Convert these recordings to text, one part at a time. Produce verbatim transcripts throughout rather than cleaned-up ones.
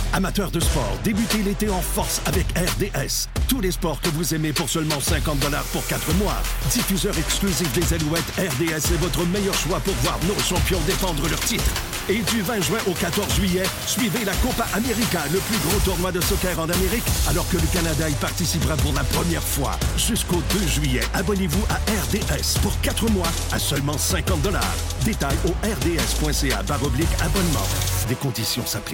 Amateurs de sport, débutez l'été en force avec R D S. Tous les sports que vous aimez pour seulement cinquante dollars pour quatre mois. Diffuseur exclusif des Alouettes, R D S est votre meilleur choix pour voir nos champions défendre leur titre. Et du vingt juin au quatorze juillet, suivez la Copa América, le plus gros tournoi de soccer en Amérique, alors que le Canada y participera pour la première fois. Jusqu'au deux juillet, abonnez-vous à R D S pour quatre mois à seulement cinquante dollars. Détails au rds.ca barre oblique abonnement. Des conditions s'appliquent.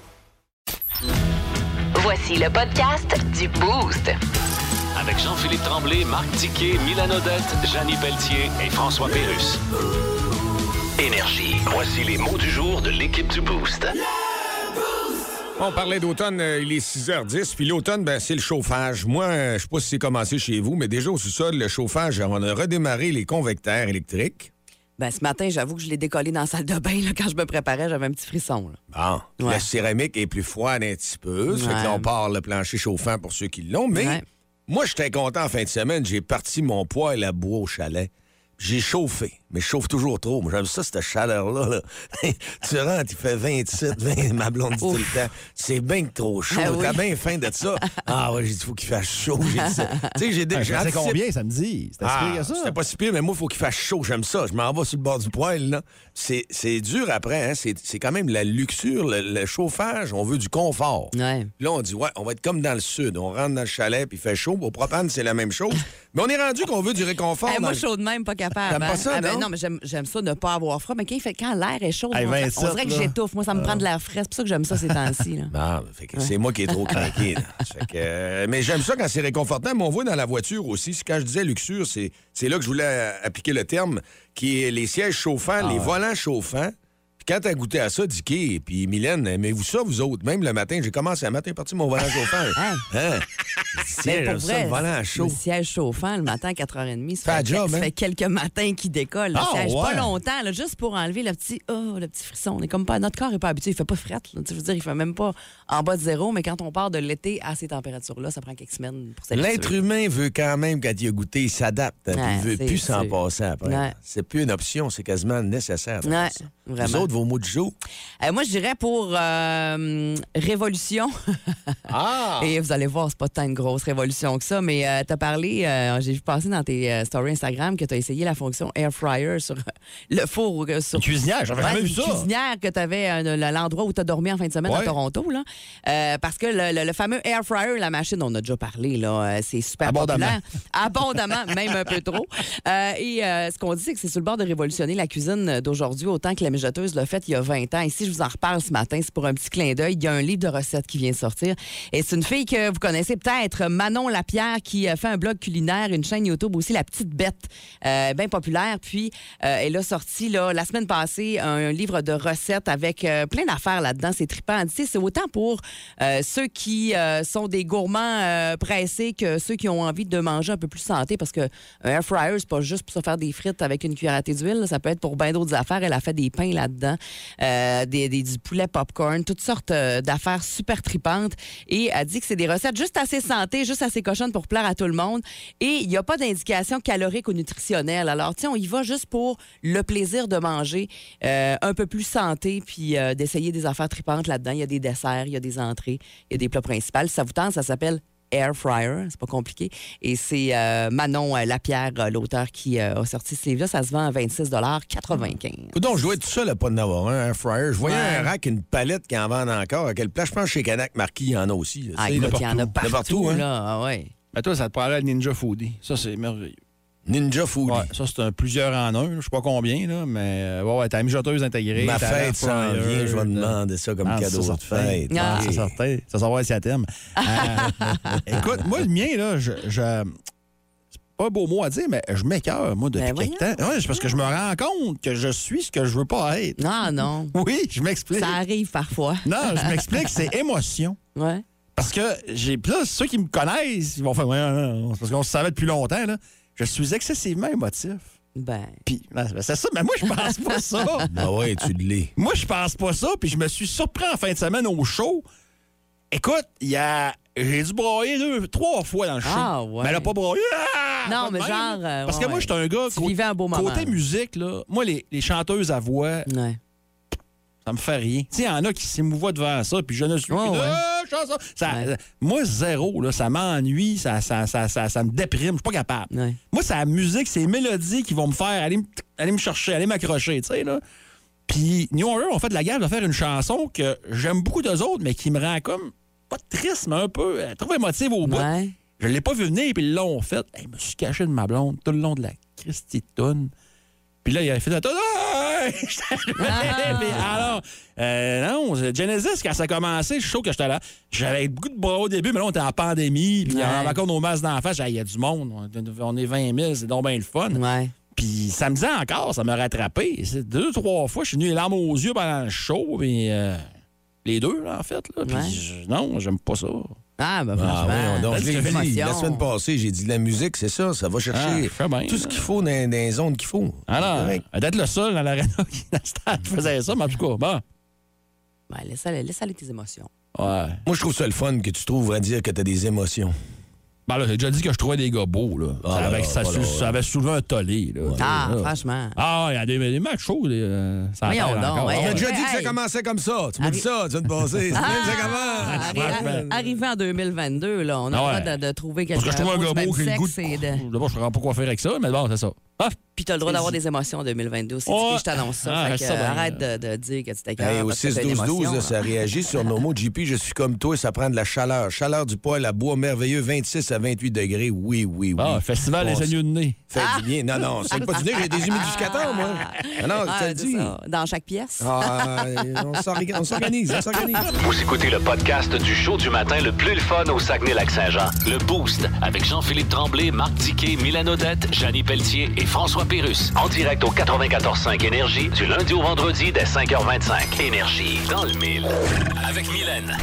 Voici le podcast du Boost. Avec Jean-Philippe Tremblay, Marc Tiquet, Milan Odette, Jannie Pelletier et François Pérusse. Énergie. Voici les mots du jour de l'équipe du Boost. On parlait d'automne, euh, il est six heures dix, puis l'automne, ben, c'est le chauffage. Moi, euh, je sais pas si c'est commencé chez vous, mais déjà au sous-sol, le chauffage, on a redémarré les convecteurs électriques. Ben, ce matin, j'avoue que je l'ai décollé dans la salle de bain. Là, quand je me préparais, j'avais un petit frisson. Là. Bon, Ouais. la céramique est plus froide un petit peu, ça fait Ouais. que là, on part le plancher chauffant pour ceux qui l'ont, mais Ouais. moi, j'étais content en fin de semaine, j'ai parti mon poêle à bois au chalet. J'ai chauffé, mais je chauffe toujours trop. Moi, j'aime ça, cette chaleur-là. Là. Tu rentres, il fait vingt-sept, vingt, ma blonde dit tout le temps. C'est bien que trop chaud. Ah oui. T'as bien faim de ça. Ah ouais, j'ai dit, il faut qu'il fasse chaud. J'ai dit ça. Tu sais, j'ai Ah, j'ai c'est anticipé- combien samedi? C'était si Ah, pire que ça? c'était pas si pire, mais moi, il faut qu'il fasse chaud. J'aime ça. Je m'en vais sur le bord du poêle. Là. C'est, c'est dur après. Hein. C'est, c'est quand même la luxure, le, le chauffage. On veut du confort. Ouais. Là, on dit, ouais, on va être comme dans le sud. On rentre dans le chalet, puis il fait chaud. Au propane, c'est la même chose. Mais on est rendu qu'on veut du réconfort. Hey, dans moi, le- chaud de même, pas capable. T'aimes pas hein. ça, Ah, ben, non? non, mais j'aime, j'aime ça, ne pas avoir froid. Mais quand, il fait, quand l'air est chaud, Hey, on, vingt-sept, on dirait que là. j'étouffe. Moi, ça me prend de l'air frais. C'est pour ça que j'aime ça ces temps-ci. Là. Ah, fait que c'est moi qui est trop craqué. là. Fait que, euh, mais j'aime ça quand c'est réconfortant. Mais on voit dans la voiture aussi. C'est quand je disais luxure, c'est, c'est là que je voulais euh, appliquer le terme, qui est les sièges chauffants, Ah les ouais. volants chauffants. Puis quand t'as goûté à ça, Dicky, puis Mylène, aimez-vous ça, vous autres? Même le matin, j'ai commencé à matin, parti mon volant chauffant. Hein? Hein? Mais Tiens, pour j'aime ça, vrai, le volant chaud. le siège chauffant le matin à quatre heures trente, ça Fait fait, la job, ça hein? fait quelques matins qu'il décolle. Le Ah, siège ouais. pas longtemps, là, juste pour enlever le petit, oh, le petit frisson. On est comme pas, notre corps n'est pas habitué, il fait pas fret. Là. Tu sais, Je veux dire, il fait même pas en bas de zéro, mais quand on part de l'été à ces températures-là, ça prend quelques semaines pour s'habituer. L'être humain veut quand même, quand il a goûté, il s'adapte. hein, puis Ouais, il veut c'est- plus s'en c'est- passer après. Ouais. C'est plus une option, c'est quasiment nécessaire. de Ouais, faire ça. vraiment. Vous autres, vos mots du jour? Euh, moi, je dirais pour euh, révolution. Ah! Et vous allez voir, c'est pas tant une grosse révolution que ça, mais euh, t'as parlé, euh, j'ai vu passer dans tes euh, stories Instagram que t'as essayé la fonction Air Fryer sur le four. euh, sur... Une cuisinière, j'avais Ouais, jamais vu une ça. cuisinière que t'avais euh, l'endroit où t'as dormi en fin de semaine à Ouais. Toronto. Là. Euh, parce que le, le- le fameux Air Fryer, la machine, on a déjà parlé, là, euh, c'est super Abondamment. populaire. Abondamment, même un peu trop. Euh, et euh, ce qu'on dit, c'est que c'est sur le bord de révolutionner la cuisine d'aujourd'hui autant que la mijoteuse l'a fait il y a vingt ans. Et si je vous en reparle ce matin, c'est pour un petit clin d'œil. Il y a un livre de recettes qui vient de sortir. Et c'est une fille que vous connaissez peut-être, Manon Lapierre, qui euh, fait un blog culinaire, une chaîne YouTube aussi, La Petite Bête, euh, bien populaire. Puis, euh, elle a sorti là, la semaine passée un livre de recettes avec euh, plein d'affaires là-dedans. C'est trippant. Tu sais, c'est autant pour euh, ceux qui euh, sont des gourmands euh, pressés que ceux qui ont envie de manger un peu plus santé, parce que un air fryer, c'est pas juste pour se faire des frites avec une cuillère à thé d'huile. là. Ça peut être pour bien d'autres affaires. Elle a fait des pains là-dedans, euh, des, des- du poulet popcorn, toutes sortes euh, d'affaires super tripantes. Et elle dit que c'est des recettes juste assez santé, juste assez cochonnes pour plaire à tout le monde. Et il n'y a pas d'indication calorique ou nutritionnelle. Alors, tiens, on y va juste pour le plaisir de manger euh, un peu plus santé, puis euh, d'essayer des affaires tripantes là-dedans. Il y a des desserts, il y a des entrées, il y a des plats principaux. Si ça vous tente, ça s'appelle Air Fryer, c'est pas compliqué. Et c'est euh, Manon euh, Lapierre, euh, l'auteur, qui euh, a sorti ce livre-là. Ça se vend à vingt-six dollars quatre-vingt-quinze. Donc, je dois être tout seul à pas en avoir un, un fryer. Je voyais Ouais. un rack, une palette qui en vendent encore. À quelle place? Je pense que chez Canac Marquis, il y en a aussi. là. Ah, Tu sais, écoute, il y en a De partout, partout, hein? là. Ah, ouais. Ben toi, ça te prendrait le Ninja Foodie. Ça, c'est merveilleux. Ninja Foodie. Ouais, ça, c'est un plusieurs en un. Je sais pas combien, là, mais euh, ouais, ouais, t'as la mijoteuse intégrée. Ma t'as fête s'en l'air fryer, vient, je vais t'as- demander ça comme Ah, cadeau ça, de certain. fête. Ah. C'est certain. Ça savoir si elle t'aime. Euh, écoute, moi, le mien, là, je. je c'est pas un beau mot à dire, mais je m'écœure, moi, depuis Ben quelque temps. Ouais, c'est parce que je me rends compte que je suis ce que je veux pas être. Non, non. Oui, je m'explique. Ça arrive parfois. Non, je m'explique, c'est émotion. Ouais. Parce que j'ai. Puis là, ceux qui me connaissent, ils vont faire. Ouais, ouais, ouais, c'est parce qu'on se savait depuis longtemps, là. Je suis excessivement émotif. Ben. Puis, ben, c'est ça, mais moi, je pense pas ça. Ah ouais, tu l'es. Moi, je pense pas ça, puis je me suis surpris en fin de semaine au show. Écoute, il y a. J'ai dû broyer deux, trois fois dans le show. Ah, ouais. Mais elle a pas broyé. Ah! Non, Pas de mais même. genre, euh, Parce ouais, que moi, ouais. j'étais un gars. Tu vivais un beau moment. Côté musique, là, moi, les, les chanteuses à voix, Ouais. Ça me fait rien. Tu sais, il y en a qui s'émouvoient devant ça, puis je ne suis Oh, plus... ouais. Ah, chanson! Ça, Ouais. euh, moi, zéro, là, ça m'ennuie, ça, ça, ça, ça, ça me déprime, je suis pas capable. Ouais. Moi, c'est la musique, c'est les mélodies qui vont me faire aller, me- aller me chercher, aller m'accrocher, tu sais, là. Puis New Order ont fait de la gaffe de faire une chanson que j'aime beaucoup d'eux autres, mais qui me rend comme, pas triste, mais un peu, euh, trop émotive au bout. Ouais. Je l'ai pas vu venir, puis ils l'ont fait. Hey, je me suis caché de ma blonde tout le long de la Christie de toune. Puis là, il a fait la toune. Ah! Puis alors, euh, non, Genesis, quand ça a commencé, je suis chaud que j'étais là. J'avais beaucoup de bras au début, mais là, on était en pandémie, puis Ouais. on avait encore nos masques d'en face. Il y a du monde, on est vingt mille, c'est donc bien le fun. Ouais. Puis ça me disait encore, ça m'a rattrapé. C'est deux, trois fois, je suis venu les larmes aux yeux pendant le show, puis euh, les deux, là, en fait. Là. Puis Ouais. je- non, j'aime pas ça. Ah, ben Ah, franchement. oui, donc, ça je l'ai fait dit émotion. la semaine passée, j'ai dit la musique, c'est ça, ça va Ah, chercher je fais bien, tout ce là. qu'il faut dans, dans les zones qu'il faut. Ah C'est non, correct. d'être le seul dans l'aréna qui, dans le stade, faisait ça, mais en tout cas, bon. Ben, laisse aller, laisse aller tes émotions. Ouais. Moi, je trouve ça le fun que tu trouves à dire que tu as des émotions. Ben là, j'ai déjà dit que je trouvais des gars beaux, là. Ah, ça, là, avait, là, ça, voilà, sou- ouais. ça avait souvent un tollé, là. Ah, Là. franchement. Ah, il y a des, des matchs chauds, les, euh, ça Voyons appelle donc, encore. ouais. On Ah, a déjà ouais, dit que ça hey. commençait comme ça. Tu m'as dit Arri- ça, tu viens de passer. C'est Ah, même ça commence. arri- franchement. Arrivé en deux mille vingt-deux, là, on a Ah le ouais. droit de, de trouver Parce quelqu'un que je trouve un du gars même beau qui a le sexe goût de... et de... D'abord, je ne sais pas quoi faire avec ça, mais bon, c'est ça. Ah, Puis t'as le droit d'avoir des émotions en deux mille vingt-deux aussi. Ouais. Je t'annonce ça. Ah, Fait reste que, ça bien. euh, arrête de, de dire que tu t'es Hey, au six douze douze, là, ça réagit sur nos mots. J P, je suis comme toi, ça prend de la chaleur. Chaleur du poêle à bois merveilleux, vingt-six à vingt-huit degrés. Oui, oui, oui. ah festival Bon, des agneaux de nez. Fait du bien. Non, non, c'est pas du nez, j'ai des humidificateurs, moi. Ah non, je Ah, te le c'est dis. ça. Dans chaque pièce. Ah, on s'orga- on s'organise, on s'organise. Vous écoutez le podcast du show du matin le plus le fun au Saguenay-Lac-Saint-Jean. Le Boost avec Jean-Philippe Tremblay, Marc Tiquet, Milan Odette, Janine Pelletier et François Pérusse. En direct au quatre-vingt-quatorze cinq Énergie du lundi au vendredi dès cinq heures vingt-cinq. Énergie dans le mille. Avec Mylène.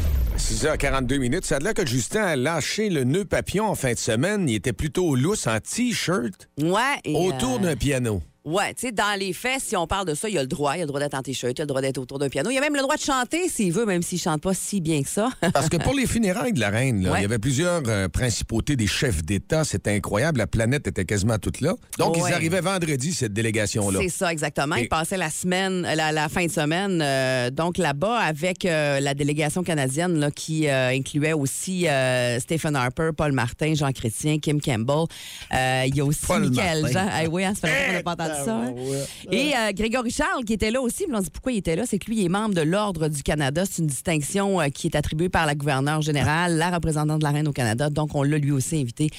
six heures quarante-deux minutes. Ça a l'air que Justin a lâché le nœud papillon en fin de semaine. Il était plutôt lousse en T-shirt Ouais. et, autour euh, d'un piano. Ouais, tu sais, dans les faits, si on parle de ça, il y a le droit. Il y a le droit d'être en T-shirt, il y a le droit d'être autour d'un piano. Il y a même le droit de chanter s'il veut, même s'il chante pas si bien que ça. Parce que pour les funérailles de la reine, là, Ouais. il y avait plusieurs euh, principautés des chefs d'État. C'était incroyable. La planète était quasiment toute là. Donc, Ouais. ils arrivaient vendredi, cette délégation-là. C'est ça, exactement. Et- Il passait la semaine, la, la fin de semaine, euh, donc là-bas, avec euh, la délégation canadienne là, qui euh, incluait aussi euh, Stephen Harper, Paul Martin, Jean Chrétien, Kim Campbell. Euh, Il y a aussi Paul Michael Martin. Jean. Eh oui, hein, ça fait longtemps qu'on n'a pas entendu ça. hein. Et euh, Grégory Charles, qui était là aussi. Puis on dit pourquoi il était là. C'est que lui, il est membre de l'Ordre du Canada. C'est une distinction euh, qui est attribuée par la gouverneure générale, la représentante de la reine au Canada. Donc, on l'a lui aussi invité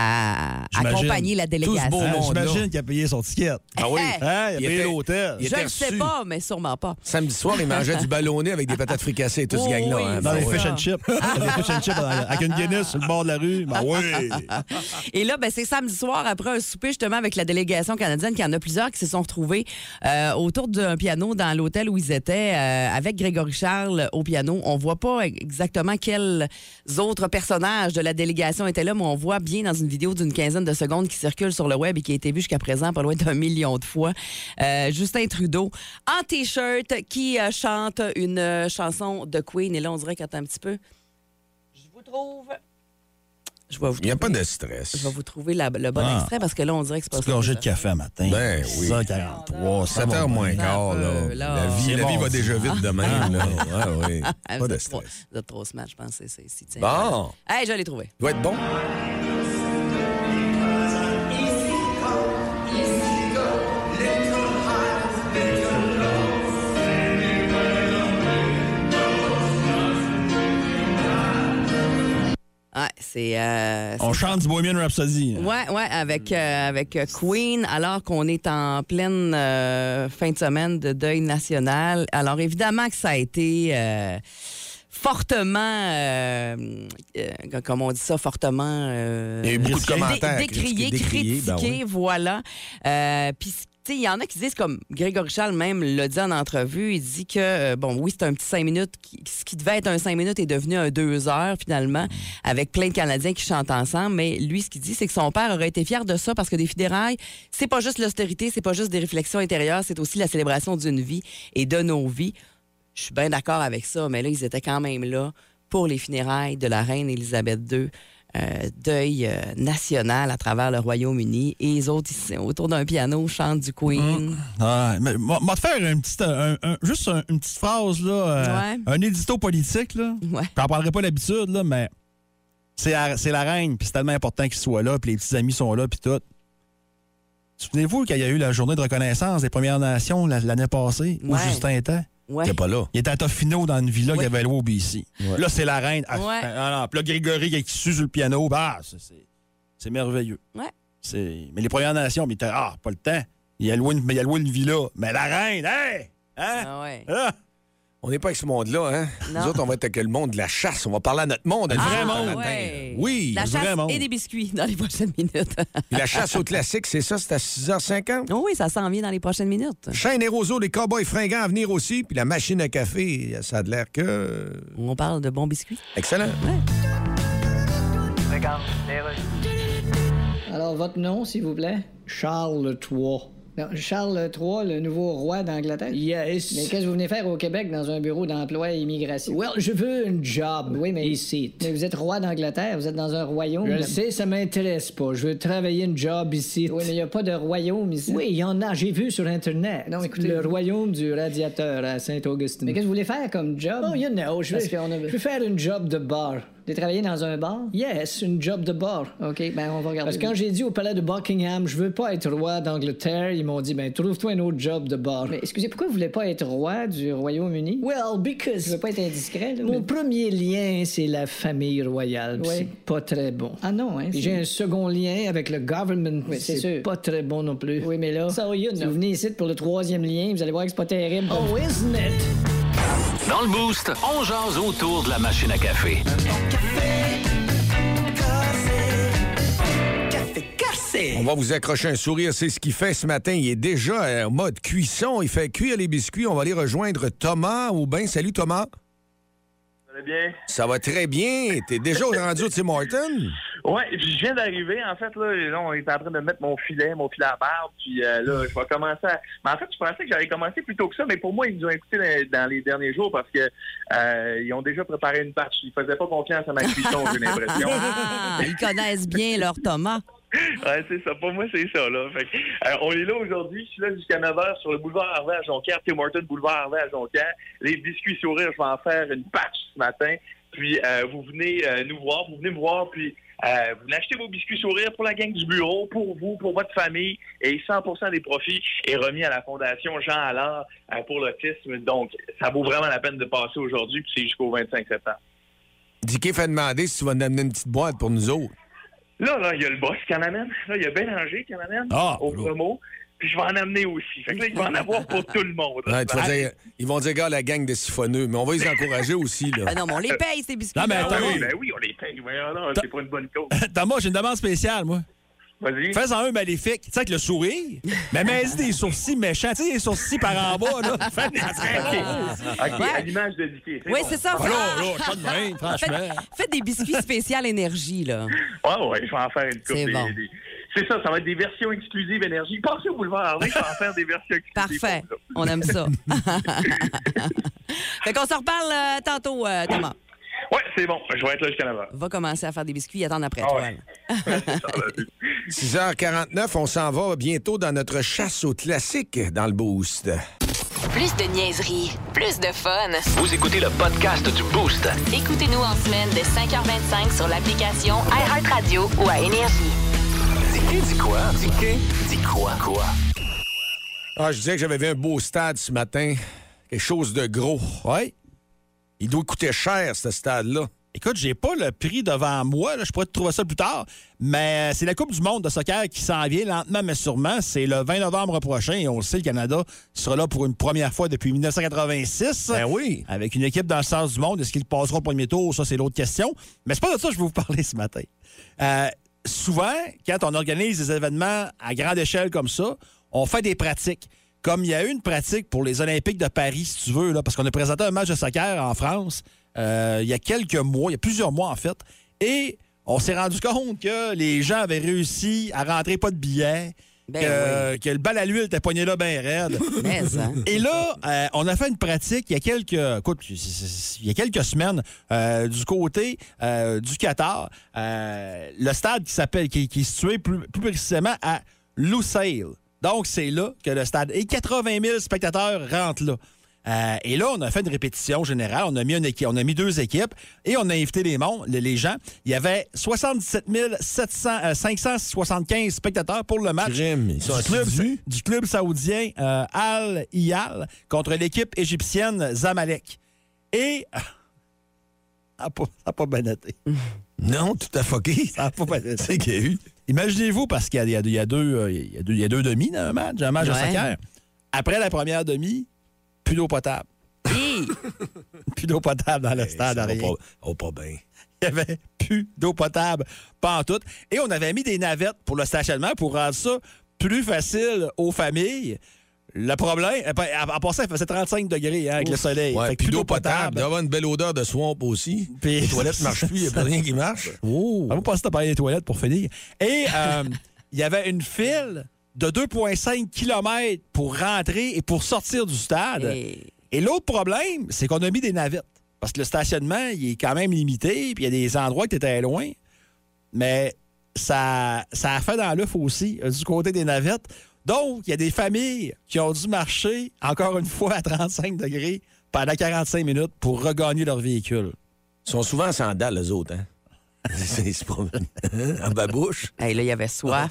à J'imagine. accompagner la délégation. beau Ah, monde, là. J'imagine qu'il a payé son ticket. Ah oui? Hey, Hein, il a Il payé était- l'hôtel. il Je était ne sais reçu. pas, mais sûrement pas. Samedi soir, il mangeait du ballonné avec des patates fricassées, tout ce Oh gang-là. oui, hein. Dans Ben les ouais. fish and chips. Des fish and chips avec une Guinness sur le bord de la rue. Ben oui. Et là, ben, c'est samedi soir, après un souper, justement, avec la délégation canadienne, qu'il y en a plusieurs qui se sont retrouvés euh, autour d'un piano dans l'hôtel où ils étaient, euh, avec Grégory Charles au piano. On voit pas exactement quels autres personnages de la délégation étaient là, mais on voit bien dans une vidéo d'une quinzaine de secondes qui circule sur le web et qui a été vue jusqu'à présent pas loin d'un million de fois. Euh, Justin Trudeau, en T-shirt, qui euh, chante une euh, chanson de Queen. Et là, on dirait qu'attends un petit peu. Je vous trouve... Je vais vous Il n'y a pas trouver- de stress. je vais vous trouver la- le bon Ah. extrait parce que là, on dirait que c'est pas Petite ça. gorgée de café à matin. Ben oui. six heures quarante-trois. ça sept va heures bien. moins quart, là. peu, là. La vie, C'est la bon, vie va ça. déjà vite de même, là. Ouais, oui. Ah, Pas vous de êtes trop- stress. Vous êtes trop smart, je pense. que c'est c'est- c'est- Bon. Hey, je l'ai trouvé. Il doit être bon. Ouais, c'est. euh, On chante du Bohemian Rhapsody. là. Ouais, ouais, avec, euh, avec euh, Queen, alors qu'on est en pleine euh, fin de semaine de deuil national. Alors, évidemment que ça a été euh, fortement, euh, euh, comme on dit ça, fortement... euh, Il y a eu beaucoup de dé- commentaires. Décrié, critiqués, décriés, critiqué, ben oui. voilà. Euh, Puis, tu sais, il y en a qui disent, comme Grégory Charles même l'a dit en entrevue, il dit que, euh, bon, oui, c'est un petit cinq minutes, qui- ce qui devait être un cinq minutes est devenu un deux heures, finalement, avec plein de Canadiens qui chantent ensemble. Mais lui, ce qu'il dit, c'est que son père aurait été fier de ça parce que des funérailles, c'est pas juste l'austérité, c'est pas juste des réflexions intérieures, c'est aussi la célébration d'une vie et de nos vies. Je suis bien d'accord avec ça, mais là, ils étaient quand même là pour les funérailles de la reine Élisabeth deux. euh, deuil euh, national à travers le Royaume-Uni. Et les autres, ici, autour d'un piano, chantent du Queen. Mmh. Ah, mais moi, moi, te faire une petite, un, un, juste un, une petite phrase, là, euh, Ouais. un édito politique, là. Ouais. J'en parlerai pas d'habitude, là, mais c'est la, c'est la reine, puis c'est tellement important qu'il soit là, puis les petits amis sont là, puis tout. Souvenez-vous qu'il y a eu la journée de reconnaissance des Premières Nations la- l'année passée, où Ouais. Justin était. Ouais. T'es pas là. Il était à Tofino dans une villa Ouais. qui avait loué au B C. Ouais. Là, c'est la reine. Ah, Ouais. ah, non. Puis là, Grégory qui sue sur le piano, bah, c'est, c'est, c'est merveilleux. Ouais. C'est... Mais les Premières Nations, mais il était, ah, pas le temps. Il a loué une, il a loué une villa. Mais la reine, hey! Hein? Ah ouais. Ah! On n'est pas avec ce monde-là, hein? Non. Nous autres, on va être avec le monde de la chasse. On va parler à notre monde. à Le nous vrai autres, monde. ce matin. ouais. Oui. La le chasse vrai monde. et des biscuits dans les prochaines minutes. La chasse au classique, c'est ça? C'est à six heures cinquante? Oh oui, ça s'en vient dans les prochaines minutes. Chêne et roseau, les cowboys fringants à venir aussi. Puis la machine à café, ça a de l'air que... On parle de bons biscuits. Excellent. Alors, votre nom, s'il vous plaît? Charles trois. Non, Charles trois, le nouveau roi d'Angleterre? Yes. Mais qu'est-ce que vous venez faire au Québec dans un bureau d'emploi et immigration? Well, je veux un job. Oui, mais ici. Mais vous êtes roi d'Angleterre, vous êtes dans un royaume. Je le sais, ça m'intéresse pas. Je veux travailler un job ici. Oui, mais il n'y a pas de royaume ici. Oui, il y en a, j'ai vu sur Internet. Non, écoutez. Le royaume du radiateur à Saint-Augustin. Mais qu'est-ce que vous voulez faire comme job? Oh, you know, je veux, a... je veux faire un job de bar. De travailler dans un bar? Yes, une job de bar. OK, ben on va regarder. Parce que quand j'ai dit au palais de Buckingham, je veux pas être roi d'Angleterre, ils m'ont dit, ben trouve-toi un autre job de bar. Mais excusez, pourquoi vous voulez pas être roi du Royaume-Uni? Well, because... Je veux pas être indiscret, là. Mon mais... premier lien, c'est la famille royale. Oui. C'est pas très bon. Ah non, hein? Puis j'ai un second lien avec le government. Oui, c'est, c'est sûr. Pas très bon non plus. Oui, mais là... So you know. Si vous venez ici pour le troisième lien, vous allez voir que c'est pas terrible. Oh, isn't it? Dans le Boost, on jase autour de la machine à café. On va vous accrocher un sourire, c'est ce qu'il fait ce matin. Il est déjà en mode cuisson. Il fait cuire les biscuits. On va aller rejoindre Thomas Aubin. Salut Thomas. Ça va bien? Ça va très bien. T'es déjà rendu au Tim Hortons? Ouais, je viens d'arriver. En fait, là, là, on est en train de mettre mon filet, mon filet à barbe. Puis euh, là, je vais commencer à... Mais en fait, je pensais que j'allais commencer plus tôt que ça, mais pour moi, ils nous ont écoutés dans, dans les derniers jours parce que euh, ils ont déjà préparé une batch. Ils faisaient pas confiance à ma cuisson, j'ai l'impression. Ah, ils connaissent bien leur Thomas. Ouais, c'est ça. Pour moi, c'est ça, là. Fait que, euh, on est là aujourd'hui. Je suis là jusqu'à neuf heures sur le boulevard Harvey à Jonquière, Tim Hortons, boulevard Harvey à Jonquière. Les biscuits sourires, je vais en faire une batch ce matin. Puis, euh, vous venez euh, nous voir, vous venez me voir, puis euh, vous venez acheter vos biscuits sourires pour la gang du bureau, pour vous, pour votre famille, et cent pour cent des profits est remis à la Fondation Jean Allard euh, pour l'autisme. Donc, ça vaut vraiment la peine de passer aujourd'hui, puis c'est jusqu'au vingt-cinq septembre. Dicky fait demander si tu vas nous amener une petite boîte pour nous autres. Là, là, il y a le boss qui en amène. Là, il y a Bélanger qui en amène Ah, au là. promo. Puis je vais en amener aussi. Fait que là, il va en avoir pour tout le monde. Ouais, tu vas dire, ils vont dire, gars, la gang de siphonneux, mais on va les encourager aussi. Là. Ah non, mais on les paye, ces biscuits. Non, mais Ah attends, oui, oui. ben oui, on les paye. Voyons donc, c'est pas une bonne cause. Thomas, j'ai une demande spéciale, moi. Vas-y. Fais-en un maléfique, tu sais, avec le sourire, mais mets-y des sourcils méchants, tu sais, les sourcils par en bas, là. Fais des OK, Ouais. à l'image de Dicky. Oui, c'est ça. Ah, là, là, je suis pas de même, franchement. Faites, faites des biscuits spécial énergie, là. Ouais, ouais, je vais en faire une coupe. C'est des- bon. des- C'est ça, ça va être des versions exclusives énergie. Passez au boulevard Harvey, je vais en faire des versions exclusives. Parfait. pour vous. On aime ça. Fait qu'on se reparle euh, tantôt, euh, Thomas. Ouais, c'est bon. Je vais être là jusqu'à neuf heures. Va commencer à faire des biscuits et attendre après Ah toi. ouais. là. six heures quarante-neuf, on s'en va bientôt dans notre chasse au classique dans le Boost. Plus de niaiserie, plus de fun. Vous écoutez le podcast du Boost. Écoutez-nous en semaine de cinq heures vingt-cinq sur l'application iHeartRadio ou à Énergie. Dis dis quoi? Dis dis quoi? Quoi? Ah, je disais que j'avais vu un beau stade ce matin. Quelque chose de gros. Ouais. Il doit coûter cher, ce stade-là. Écoute, j'ai pas le prix devant moi, là, je pourrais te trouver ça plus tard, mais c'est la Coupe du monde de soccer qui s'en vient lentement mais sûrement. C'est le vingt novembre prochain et on le sait, le Canada sera là pour une première fois depuis dix-neuf cent quatre-vingt-six. Ben oui. Avec une équipe dans le sens du monde. Est-ce qu'ils passeront au premier tour? Ça, c'est l'autre question. Mais c'est pas de ça que je vais vous parler ce matin. Euh, souvent, quand on organise des événements à grande échelle comme ça, on fait des pratiques. Comme il y a eu une pratique pour les Olympiques de Paris, si tu veux, là, parce qu'on a présenté un match de soccer en France euh, il y a quelques mois, il y a plusieurs mois en fait, et on s'est rendu compte que les gens avaient réussi à rentrer pas de billets, Ben que, que le bal à l'huile était pogné là bien raide. Mais, hein. Et là, euh, on a fait une pratique il y a quelques, écoute, il y a quelques semaines euh, du côté euh, du Qatar. Euh, le stade qui s'appelle, qui, qui est situé plus, plus précisément à Lusail. Donc, c'est là que le stade. Et quatre-vingt mille spectateurs rentrent là. Euh, et là, on a fait une répétition générale. On a mis une équipe, on a mis deux équipes et on a invité les, mondes, les, les gens. Il y avait soixante-dix-sept mille cinq cent soixante-quinze spectateurs pour le match Crème, ils sont du, club, assidus. du club saoudien euh, Al Hilal contre l'équipe égyptienne Zamalek. Et ça n'a pas, ça a pas bien été. Non, tout à fucké. Ça n'a pas bien été. C'est qu'il y a eu. Imaginez-vous, parce qu'il y a, il y a, deux, euh, il y a, deux, il y a deux demi dans un match, un match Ouais. de soccer. Après la première demi, plus d'eau potable. Hi! Plus d'eau potable dans le Hey, stade. ça va rien. pas, oh, pas bien. Il n'y avait plus d'eau potable, pas en tout. Et on avait mis des navettes pour le stationnement pour rendre ça plus facile aux familles. Le problème, en passant, il faisait trente-cinq degrés hein, avec le soleil. Ouais, Fait que puis d'eau potable. Il doit y avoir une belle odeur de swamp aussi. Puis- Les toilettes ne marchent plus, il n'y a plus rien qui marche. Oh. On va passer à parler des toilettes pour finir. Et euh, il y avait une file de deux virgule cinq kilomètres pour rentrer et pour sortir du stade. Et- Et l'autre problème, c'est qu'on a mis des navettes. Parce que le stationnement, il est quand même limité, puis il y a des endroits qui étaient loin. Mais ça, ça a fait dans l'œuf aussi, euh, du côté des navettes. Donc, il y a des familles qui ont dû marcher, encore une fois, à trente-cinq degrés pendant quarante-cinq minutes pour regagner leur véhicule. Ils sont souvent en sandales, les autres, hein? C'est c'est pas... en babouche. Hey, là, il y avait soif.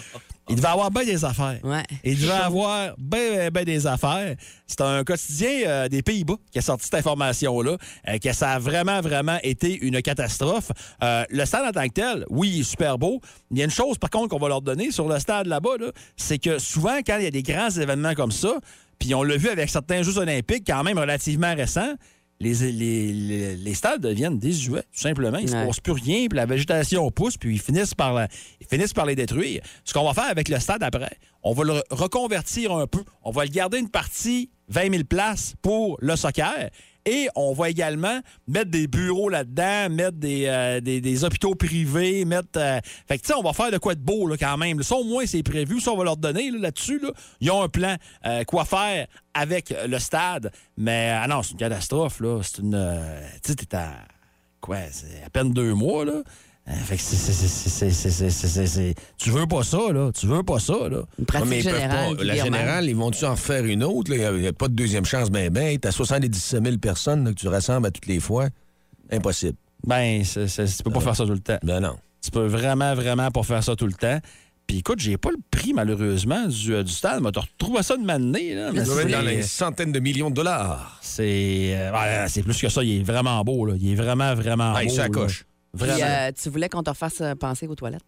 Il devait avoir bien des affaires. Ouais. Il devait avoir bien, bien, bien des affaires. C'est un quotidien euh, des Pays-Bas qui a sorti cette information-là, euh, que ça a vraiment, vraiment été une catastrophe. Euh, le stade en tant que tel, oui, il est super beau. Il y a une chose, par contre, qu'on va leur donner sur le stade là-bas, là, c'est que souvent, quand il y a des grands événements comme ça, puis on l'a vu avec certains Jeux olympiques quand même relativement récents, Les, les, les, les stades deviennent désuets, tout simplement. Il ne se Ouais. passe plus rien, puis la végétation pousse, puis ils finissent par, la- ils finissent par les détruire. Ce qu'on va faire avec le stade après, on va le re- reconvertir un peu. On va le garder une partie, vingt mille places pour le soccer. Et on va également mettre des bureaux là-dedans, mettre des, euh, des, des hôpitaux privés, mettre... euh, Fait que, tu sais, on va faire de quoi de beau, là, quand même. Ça, au moins, c'est prévu. Ça, on va leur donner, là, là-dessus, là. Ils ont un plan, euh, quoi faire avec le stade. Mais, ah non, c'est une catastrophe, là. C'est une... euh, tu sais, t'es à... Quoi? C'est à peine deux mois, là. Euh, fait que c'est... c'est- c'est- c'est- c'est- c'est- c'est- c'est- c'est- Tu veux pas ça, là. Tu veux pas ça, là. Une pratique Ouais, mais ils peuvent générale. pas. qui La vire mal. générale, ils vont-tu en refaire une autre? là? Il n'y a pas de deuxième chance, ben ben. T'as soixante-dix-sept mille personnes là, que tu rassembles à toutes les fois. Impossible. Ben, c'est- c'est- tu peux pas faire ça tout le temps. Ben non. Tu peux vraiment, vraiment pas faire ça tout le temps. Puis écoute, j'ai pas le prix, malheureusement, du, euh, du stade. Mais tu retrouves ça de m'année, là. Mais Ça doit être c'est- dans les centaines de millions de dollars. C'est euh, ouais, c'est plus que ça. Il est vraiment beau, là. Il est vraiment, vraiment Ah, il beau. s'accroche. là. Puis, Vraiment. euh, tu voulais qu'on te refasse euh, penser aux toilettes?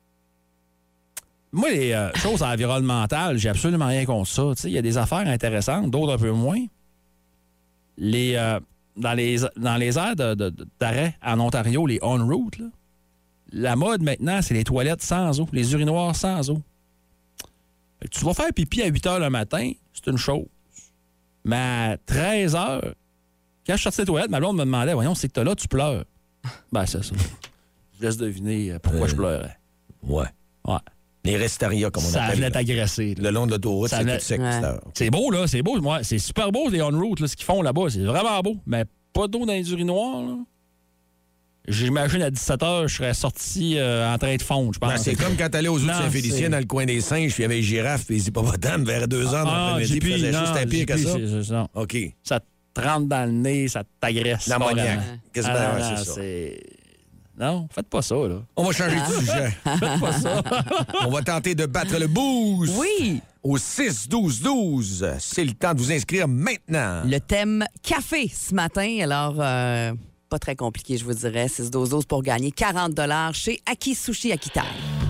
Moi, les euh, choses environnementales, j'ai absolument rien contre ça. Tu sais, il y a des affaires intéressantes, d'autres un peu moins. Les, euh, dans, les, dans les aires de- de- de- d'arrêt en Ontario, les on-route, là, la mode maintenant, c'est les toilettes sans eau, les urinoirs sans eau. Fait que tu vas faire pipi à huit heures le matin, c'est une chose. Mais à treize heures, quand je sortais des toilettes, ma blonde me demandait, voyons, c'est que t'as là, tu pleures. Ben, c'est ça. Je laisse deviner pourquoi Euh, je pleurais. Ouais. Ouais. Les restarias, comme on Ça appelle. venait là. t'agresser. là. Le long de l'autoroute, Ça c'est venait- tout sec. Ouais. cette heure. C'est beau, là, c'est beau. Moi, c'est super beau, les on-route, là, ce qu'ils font là-bas. C'est vraiment beau. Mais pas d'eau dans les urinoirs, là. J'imagine à dix-sept heures, je serais sorti euh, en train de fondre, je pense. Ben, c'est comme quand t'allais aux eaux de Non, Saint-Félicien, c'est- dans le coin des singes, puis il y avait les girafes, puis les hippopotames, vers deux heures dans Ah, l'après-midi, J P, puis faisait non, juste un pire que J P, ça. c'est- c'est- non. OK. Ça te rentre dans le nez, ça t'agresse. L'ammoniaque. carrément. Qu'est-ce que Ah, ben, ouais, non, c'est ça? c'est- Non, faites pas ça, là. On va changer de sujet. Faites pas ça. On va tenter de battre le boost. Oui! Au six douze douze. C'est le temps de vous inscrire maintenant. Le thème café ce matin. Alors, euh, pas très compliqué, je vous dirais. six douze douze pour gagner quarante dollars chez Aki Sushi Akita.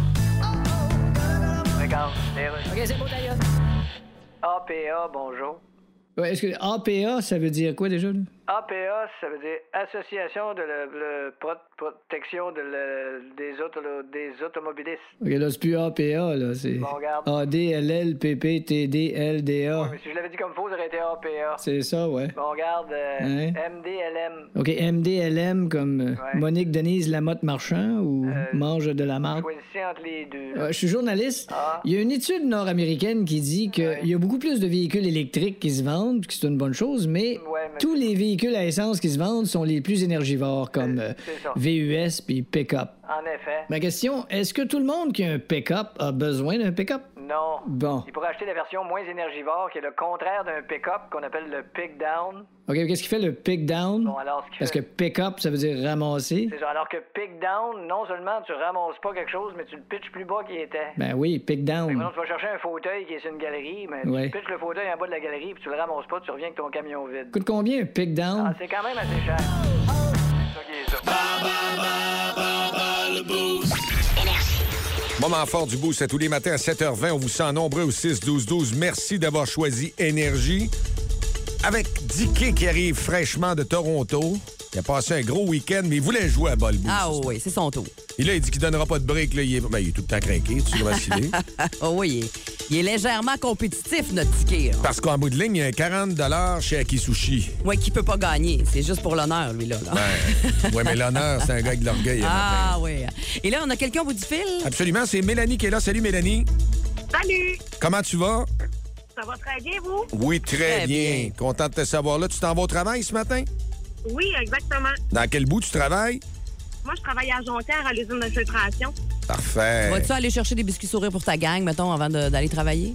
OK, c'est bon, d'ailleurs. A P A, bonjour. Ouais, est-ce que A P A, ça veut dire quoi déjà? Là? A P A, ça veut dire Association de la le pro- protection de la- des, auto, des automobilistes. OK, là, c'est plus A P A, là, c'est bon, regarde. A D L L P P T D L D A. Ouais, mais si je l'avais dit comme faux, ça aurait été A P A. C'est ça, ouais. Bon, regarde, euh, hein? M D L M. OK, M D L M comme euh, ouais. Monique Denise Lamotte-Marchand ou euh, mange de la marde? Choisissez entre les deux. Euh, je suis journaliste. Ah. Il y a une étude nord-américaine qui dit qu'il ouais. y a beaucoup plus de véhicules électriques qui se vendent, que c'est une bonne chose, mais, ouais, mais tous les véhicules à essence qui se vendent sont les plus énergivores, comme euh, V U S puis pick-up. En effet. Ma question, est-ce que tout le monde qui a un pick-up a besoin d'un pick-up? Non. Bon. Il pourrait acheter la version moins énergivore, qui est le contraire d'un pick-up, qu'on appelle le pick-down. OK, qu'est-ce qui fait le pick-down? Bon, alors, ce qui Parce fait... que pick-up, ça veut dire ramasser. C'est ça. Alors que pick-down, non seulement tu ramasses pas quelque chose, mais tu le pitches plus bas qu'il était. Ben oui, pick-down. Maintenant, tu vas chercher un fauteuil qui est sur une galerie, mais ouais. tu pitches le fauteuil en bas de la galerie, puis tu le ramasses pas, tu reviens avec ton camion vide. Coûte combien un pick-down? Ah, c'est quand même assez cher. C'est ça qui est ça. Ba, ba, ba, ba, ba, le boost. Moment fort du boost, c'est tous les matins à sept heures vingt. On vous sent nombreux au six douze douze. Merci d'avoir choisi Énergie. Avec Dicky qui arrive fraîchement de Toronto. Il a passé un gros week-end, mais il voulait jouer à bas le boost. Ah oui, c'est son tour. Et là, il dit qu'il donnera pas de break. Là. Il, est... Ben, il est tout le temps craqué. Tu sais comment il est? Oh oui, il est... il est légèrement compétitif, notre Dicky. Parce qu'en bout de ligne, il y a quarante dollars chez Aki Sushi. Oui, qui peut pas gagner. C'est juste pour l'honneur, lui, là. là. Ben, oui, mais l'honneur, c'est un gars de l'orgueil. Ah oui. Et là, on a quelqu'un au bout du fil? Absolument, c'est Mélanie qui est là. Salut, Mélanie. Salut. Comment tu vas? Ça va très bien, vous? Oui, très, très bien. bien. Content de te savoir là. Tu t'en vas au travail ce matin? Oui, exactement. Dans quel bout tu travailles? Moi, je travaille à Jonquière, à l'usine de filtration. Parfait. Vas-tu aller chercher des biscuits sourires pour ta gang, mettons, avant de, d'aller travailler?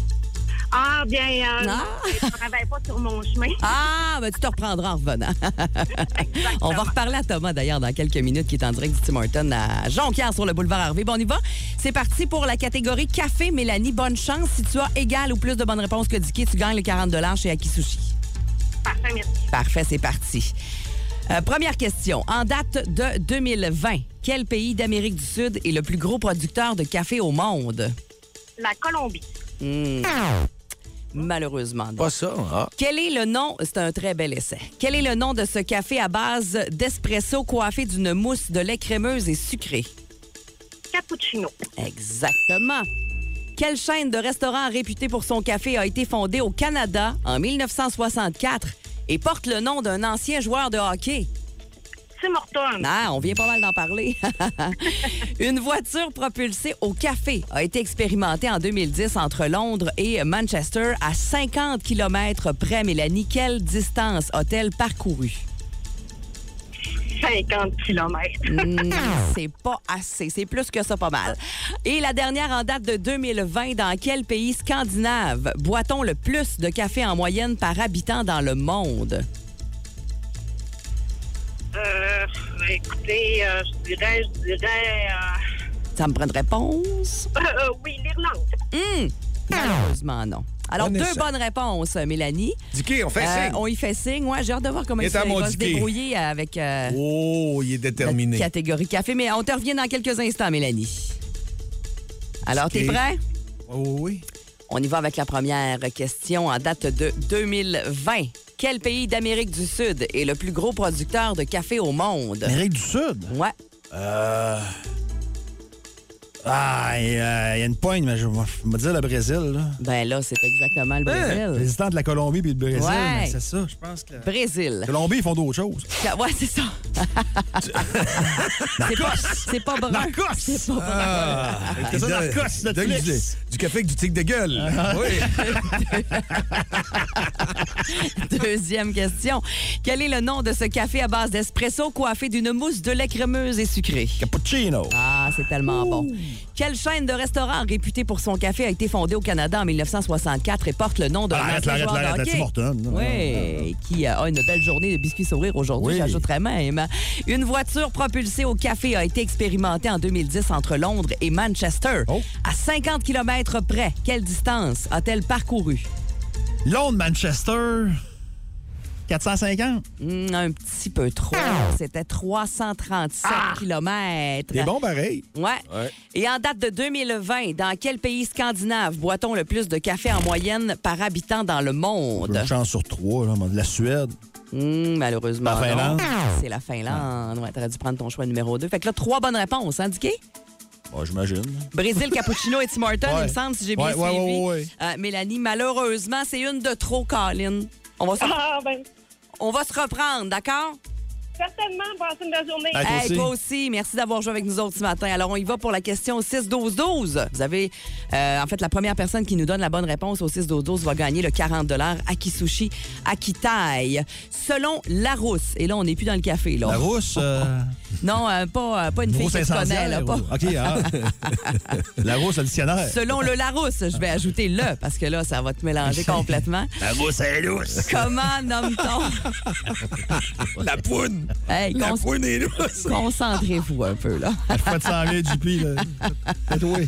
Ah, bien, euh, ah. non, je ne travaille pas sur mon chemin. Ah, ben tu te reprendras en revenant. On va reparler à Thomas, d'ailleurs, dans quelques minutes, qui est en direct du Tim Hortons à Jonquière, sur le boulevard Harvey. Bon, on y va. C'est parti pour la catégorie café. Mélanie, bonne chance. Si tu as égal ou plus de bonnes réponses que Dicky, tu gagnes les quarante dollars chez Aki Sushi. Parfait, merci. Parfait, c'est parti. Euh, première question. En date de deux mille vingt, quel pays d'Amérique du Sud est le plus gros producteur de café au monde? La Colombie. Mmh. Malheureusement, non. Pas ça, hein? Quel est le nom... C'est un très bel essai. Quel est le nom de ce café à base d'espresso coiffé d'une mousse de lait crémeuse et sucrée? Cappuccino. Exactement. Quelle chaîne de restaurants réputée pour son café a été fondée au Canada en mille neuf cent soixante-quatre et porte le nom d'un ancien joueur de hockey? Tim Hortons. Ah, on vient pas mal d'en parler. Une voiture propulsée au café a été expérimentée en deux mille dix entre Londres et Manchester à cinquante kilomètres près. Mélanie, quelle distance a-t-elle parcouru? cinquante kilomètres. mmh, c'est pas assez. C'est plus que ça, pas mal. Et la dernière en date de deux mille vingt, dans quel pays scandinave boit-on le plus de café en moyenne par habitant dans le monde? Euh, écoutez, euh, je dirais, je dirais... Euh... Ça me prend une réponse? Euh, euh, oui, l'Irlande. Mmh, malheureusement, non. Alors, bon deux essai. Bonnes réponses, Mélanie. Dicky, on fait euh, signe. On y fait signe. Ouais, j'ai hâte de voir comment il, il, il va se débrouiller avec... Euh, oh, il est déterminé. La catégorie café. Mais on te revient dans quelques instants, Mélanie. Alors, Dicky. T'es prêt? Oh, oui. On y va avec la première question en date de deux mille vingt. Quel pays d'Amérique du Sud est le plus gros producteur de café au monde? Amérique du Sud? Ouais. Euh... Ah, il y, euh, y a une poigne, mais je vais dire le Brésil. Là. Ben là, c'est exactement le Brésil. Hein? L'hésitant de la Colombie puis le Brésil, ouais. mais c'est ça, je pense que... Brésil. La Colombie, ils font d'autres choses. Ouais, c'est ça. c'est pas, c'est pas brun. Narcos! C'est pas brun. Ah, c'est ça, Narcos, Netflix. Du, du café avec du tic de gueule. Ah, oui. Deuxième question. Quel est le nom de ce café à base d'espresso coiffé d'une mousse de lait crémeuse et sucrée? Cappuccino. Ah, c'est tellement Ouh. Bon. Quelle chaîne de restaurants réputée pour son café a été fondée au Canada en mille neuf cent soixante-quatre et porte le nom d'un ah, ancien joueur de hockey? Tim Hortons. Oui, qui a une belle journée de biscuits sourires aujourd'hui, oui. J'ajouterais même. Une voiture propulsée au café a été expérimentée en deux mille dix entre Londres et Manchester. Oh. À cinquante kilomètres près, quelle distance a-t-elle parcouru? Londres-Manchester... quatre cent cinquante? Mmh, un petit peu trop. C'était trois cent trente-sept ah! kilomètres. C'est bon, pareil. Ouais. ouais. Et en date de deux mille vingt, dans quel pays scandinave boit-on le plus de café en moyenne par habitant dans le monde? Une chance sur trois, là. La Suède. Mmh, malheureusement, la Finlande. Non. C'est la Finlande. Ouais, t'aurais dû prendre ton choix numéro deux. Fait que là, trois bonnes réponses, hein, Dicky? Ouais, j'imagine. Brésil, cappuccino et Tim Hortons, ouais. il me semble, si j'ai bien ouais, suivi. Ouais, ouais, ouais. Euh, Mélanie, malheureusement, c'est une de trop, Colin. On va se, ah, ben. On va se reprendre, d'accord? Certainement, passez une belle journée. Hey, toi, hey, aussi. toi aussi. Merci d'avoir joué avec nous autres ce matin. Alors, on y va pour la question six douze douze. Vous avez, euh, en fait, la première personne qui nous donne la bonne réponse au six douze douze va gagner le quarante dollars Akisushi Akitai. Selon Larousse, et là, on n'est plus dans le café, là. Larousse? Euh... Non, euh, pas, pas une fille que tu connais, là. Pas... OK, ah. Larousse, le dictionnaire. Selon le Larousse, je vais ajouter le, parce que là, ça va te mélanger complètement. Larousse, elle est lousse. Comment nomme-t-on? La poune. Hey, la cons... poune est lousse. Concentrez-vous un peu, là. La fois de cent mille J P, là. OK.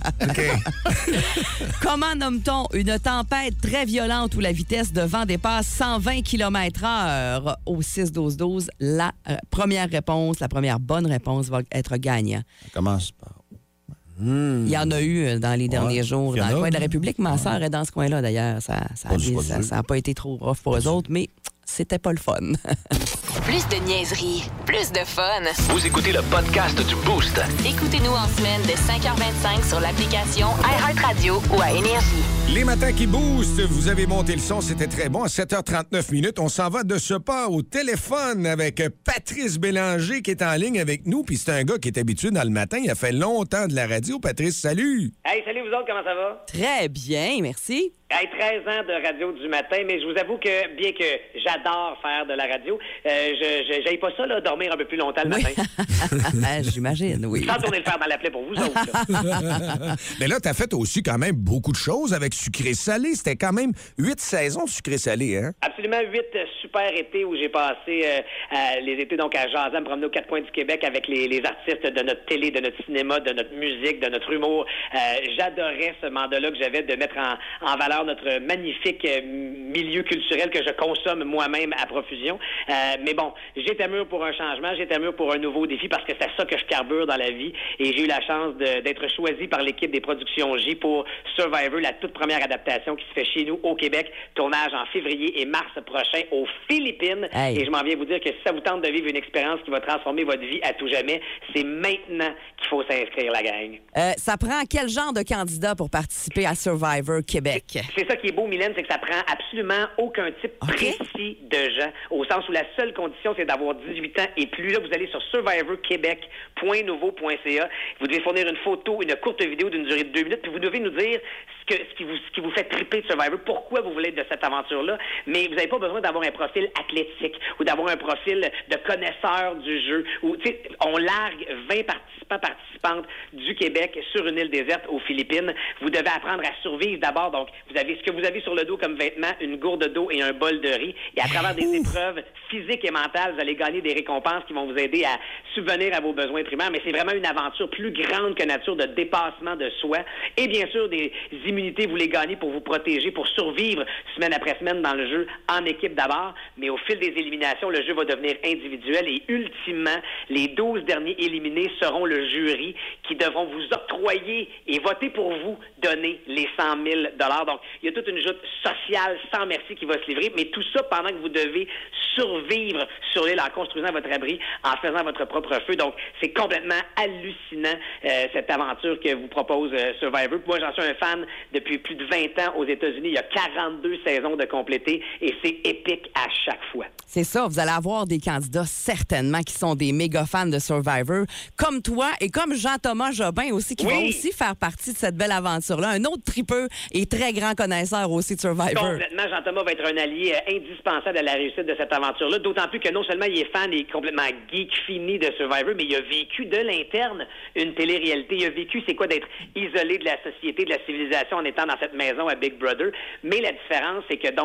Comment nomme-t-on une tempête très violente où la vitesse de vent dépasse cent vingt kilomètres heure au six douze douze? La euh, première réponse, la première bonne réponse va être gagnant. Ça commence par... Mmh. Il y en a eu dans les derniers ouais, jours dans le coin de la République. Ma ouais. sœur est dans ce coin-là, d'ailleurs. Ça n'a ça, ça, ça pas été trop rough pour eux autres, mais c'était pas le fun. Plus de niaiserie, plus de fun. Vous écoutez le podcast du Boost. Écoutez-nous en semaine de cinq heures vingt-cinq sur l'application iHeartRadio ou à Énergie. Les matins qui boostent, vous avez monté le son, c'était très bon. À sept heures trente-neuf minutes, on s'en va de ce pas au téléphone avec Patrice Bélanger qui est en ligne avec nous. Puis c'est un gars qui est habitué dans le matin. Il a fait longtemps de la radio. Patrice, salut! Hey, salut vous autres, comment ça va? Très bien, merci. Hey, treize ans de radio du matin, mais je vous avoue que, bien que j'adore faire de la radio, euh, je j'aille pas ça, là, dormir un peu plus longtemps le oui. matin. J'imagine, oui. Sans tourner le fer dans la plaie pour vous autres. Là. Mais là, t'as fait aussi quand même beaucoup de choses avec Sucré-Salé. C'était quand même huit saisons de Sucré-Salé, hein? Absolument, huit super étés où j'ai passé euh, euh, les étés donc à jaser, à me promener aux quatre coins du Québec avec les, les artistes de notre télé, de notre cinéma, de notre musique, de notre humour. Euh, j'adorais ce mandat-là que j'avais de mettre en, en valeur notre magnifique euh, milieu culturel que je consomme moi-même à profusion. Euh, mais bon, j'étais mûr pour un changement, j'étais mûr pour un nouveau défi parce que c'est ça que je carbure dans la vie et j'ai eu la chance de, d'être choisi par l'équipe des productions J pour Survivor, la toute première adaptation qui se fait chez nous au Québec, tournage en février et mars prochain aux Philippines. Hey. Et je m'en viens vous dire que si ça vous tente de vivre une expérience qui va transformer votre vie à tout jamais, c'est maintenant qu'il faut s'inscrire, la gang. Euh, ça prend quel genre de candidat pour participer à Survivor Québec? C'est ça qui est beau, Mylène, c'est que ça prend absolument aucun type okay. précis de gens, au sens où la seule condition, c'est d'avoir dix-huit ans et plus. Là, vous allez sur survivor québec point nouveau point c a. Vous devez fournir une photo, une courte vidéo d'une durée de deux minutes, puis vous devez nous dire ce, que, ce, qui, vous, ce qui vous fait triper de Survivor, pourquoi vous voulez être de cette aventure-là. Mais vous n'avez pas besoin d'avoir un profil athlétique ou d'avoir un profil de connaisseur du jeu. Ou, tu sais, on largue vingt participants, participantes du Québec sur une île déserte aux Philippines. Vous devez apprendre à survivre d'abord. Donc, vous avez ce que vous avez sur le dos comme vêtements, une gourde d'eau et un bol de riz. Et à travers des épreuves physiques et mentales, vous allez gagner des récompenses qui vont vous aider à subvenir à vos besoins primaires. Mais c'est vraiment une aventure plus grande que nature de dépassement de soi. Et bien sûr, des immunités, vous les gagnez pour vous protéger, pour survivre semaine après semaine dans le jeu, en équipe d'abord. Mais au fil des éliminations, le jeu va devenir individuel. Et ultimement, les douze derniers éliminés seront le jury qui devront vous octroyer et voter pour vous donner les cent mille dollars. Donc, il y a toute une joute sociale sans merci qui va se livrer, mais tout ça pendant que vous devez survivre sur l'île en construisant votre abri, en faisant votre propre feu. Donc, c'est complètement hallucinant, euh, cette aventure que vous propose euh, Survivor. Moi, j'en suis un fan depuis plus de vingt ans aux États-Unis. Il y a quarante-deux saisons de compléter et c'est épique à chaque fois. C'est ça, vous allez avoir des candidats certainement qui sont des méga fans de Survivor, comme toi et comme Jean-Thomas Jobin aussi, qui oui. va aussi faire partie de cette belle aventure-là. Un autre tripeux et très grand connaisseur aussi de Survivor. Complètement, Jean-Thomas va être un allié euh, indispensable à la réussite de cette aventure-là, d'autant plus que non seulement il est fan et complètement geek fini de Survivor, mais il a vécu de l'interne une télé-réalité. Il a vécu c'est quoi d'être isolé de la société, de la civilisation en étant dans cette maison à Big Brother. Mais la différence, c'est que donc,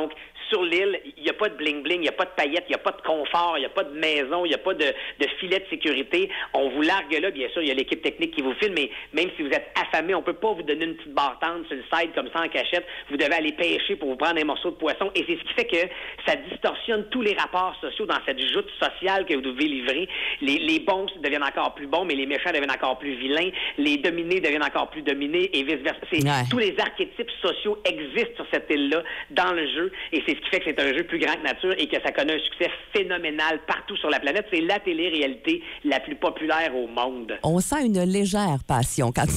sur l'île, il n'y a pas de bling-bling, il n'y a pas de paillettes, il n'y a pas de confort, il n'y a pas de maison, il n'y a pas de, de filet de sécurité. On vous largue là, bien sûr, il y a l'équipe technique qui vous filme, mais même si vous êtes affamé, on peut pas vous donner une petite barre tendre sur le side comme ça en cachette. Vous devez aller pêcher pour vous prendre un morceau de poisson. Et c'est ce qui fait que ça distorsionne tous les rapports sociaux dans cette joute sociale que vous devez livrer. Les, les bons deviennent encore plus bons, mais les méchants deviennent encore plus vilains. Les dominés deviennent encore plus dominés et vice-versa. C'est, ouais. Tous les archétypes sociaux existent sur cette île-là dans le jeu. Et c'est ce qui fait que c'est un jeu plus grand que nature et que ça connaît un succès phénoménal partout sur la planète. C'est la télé-réalité la plus populaire au monde. On sent une légère passion quand tu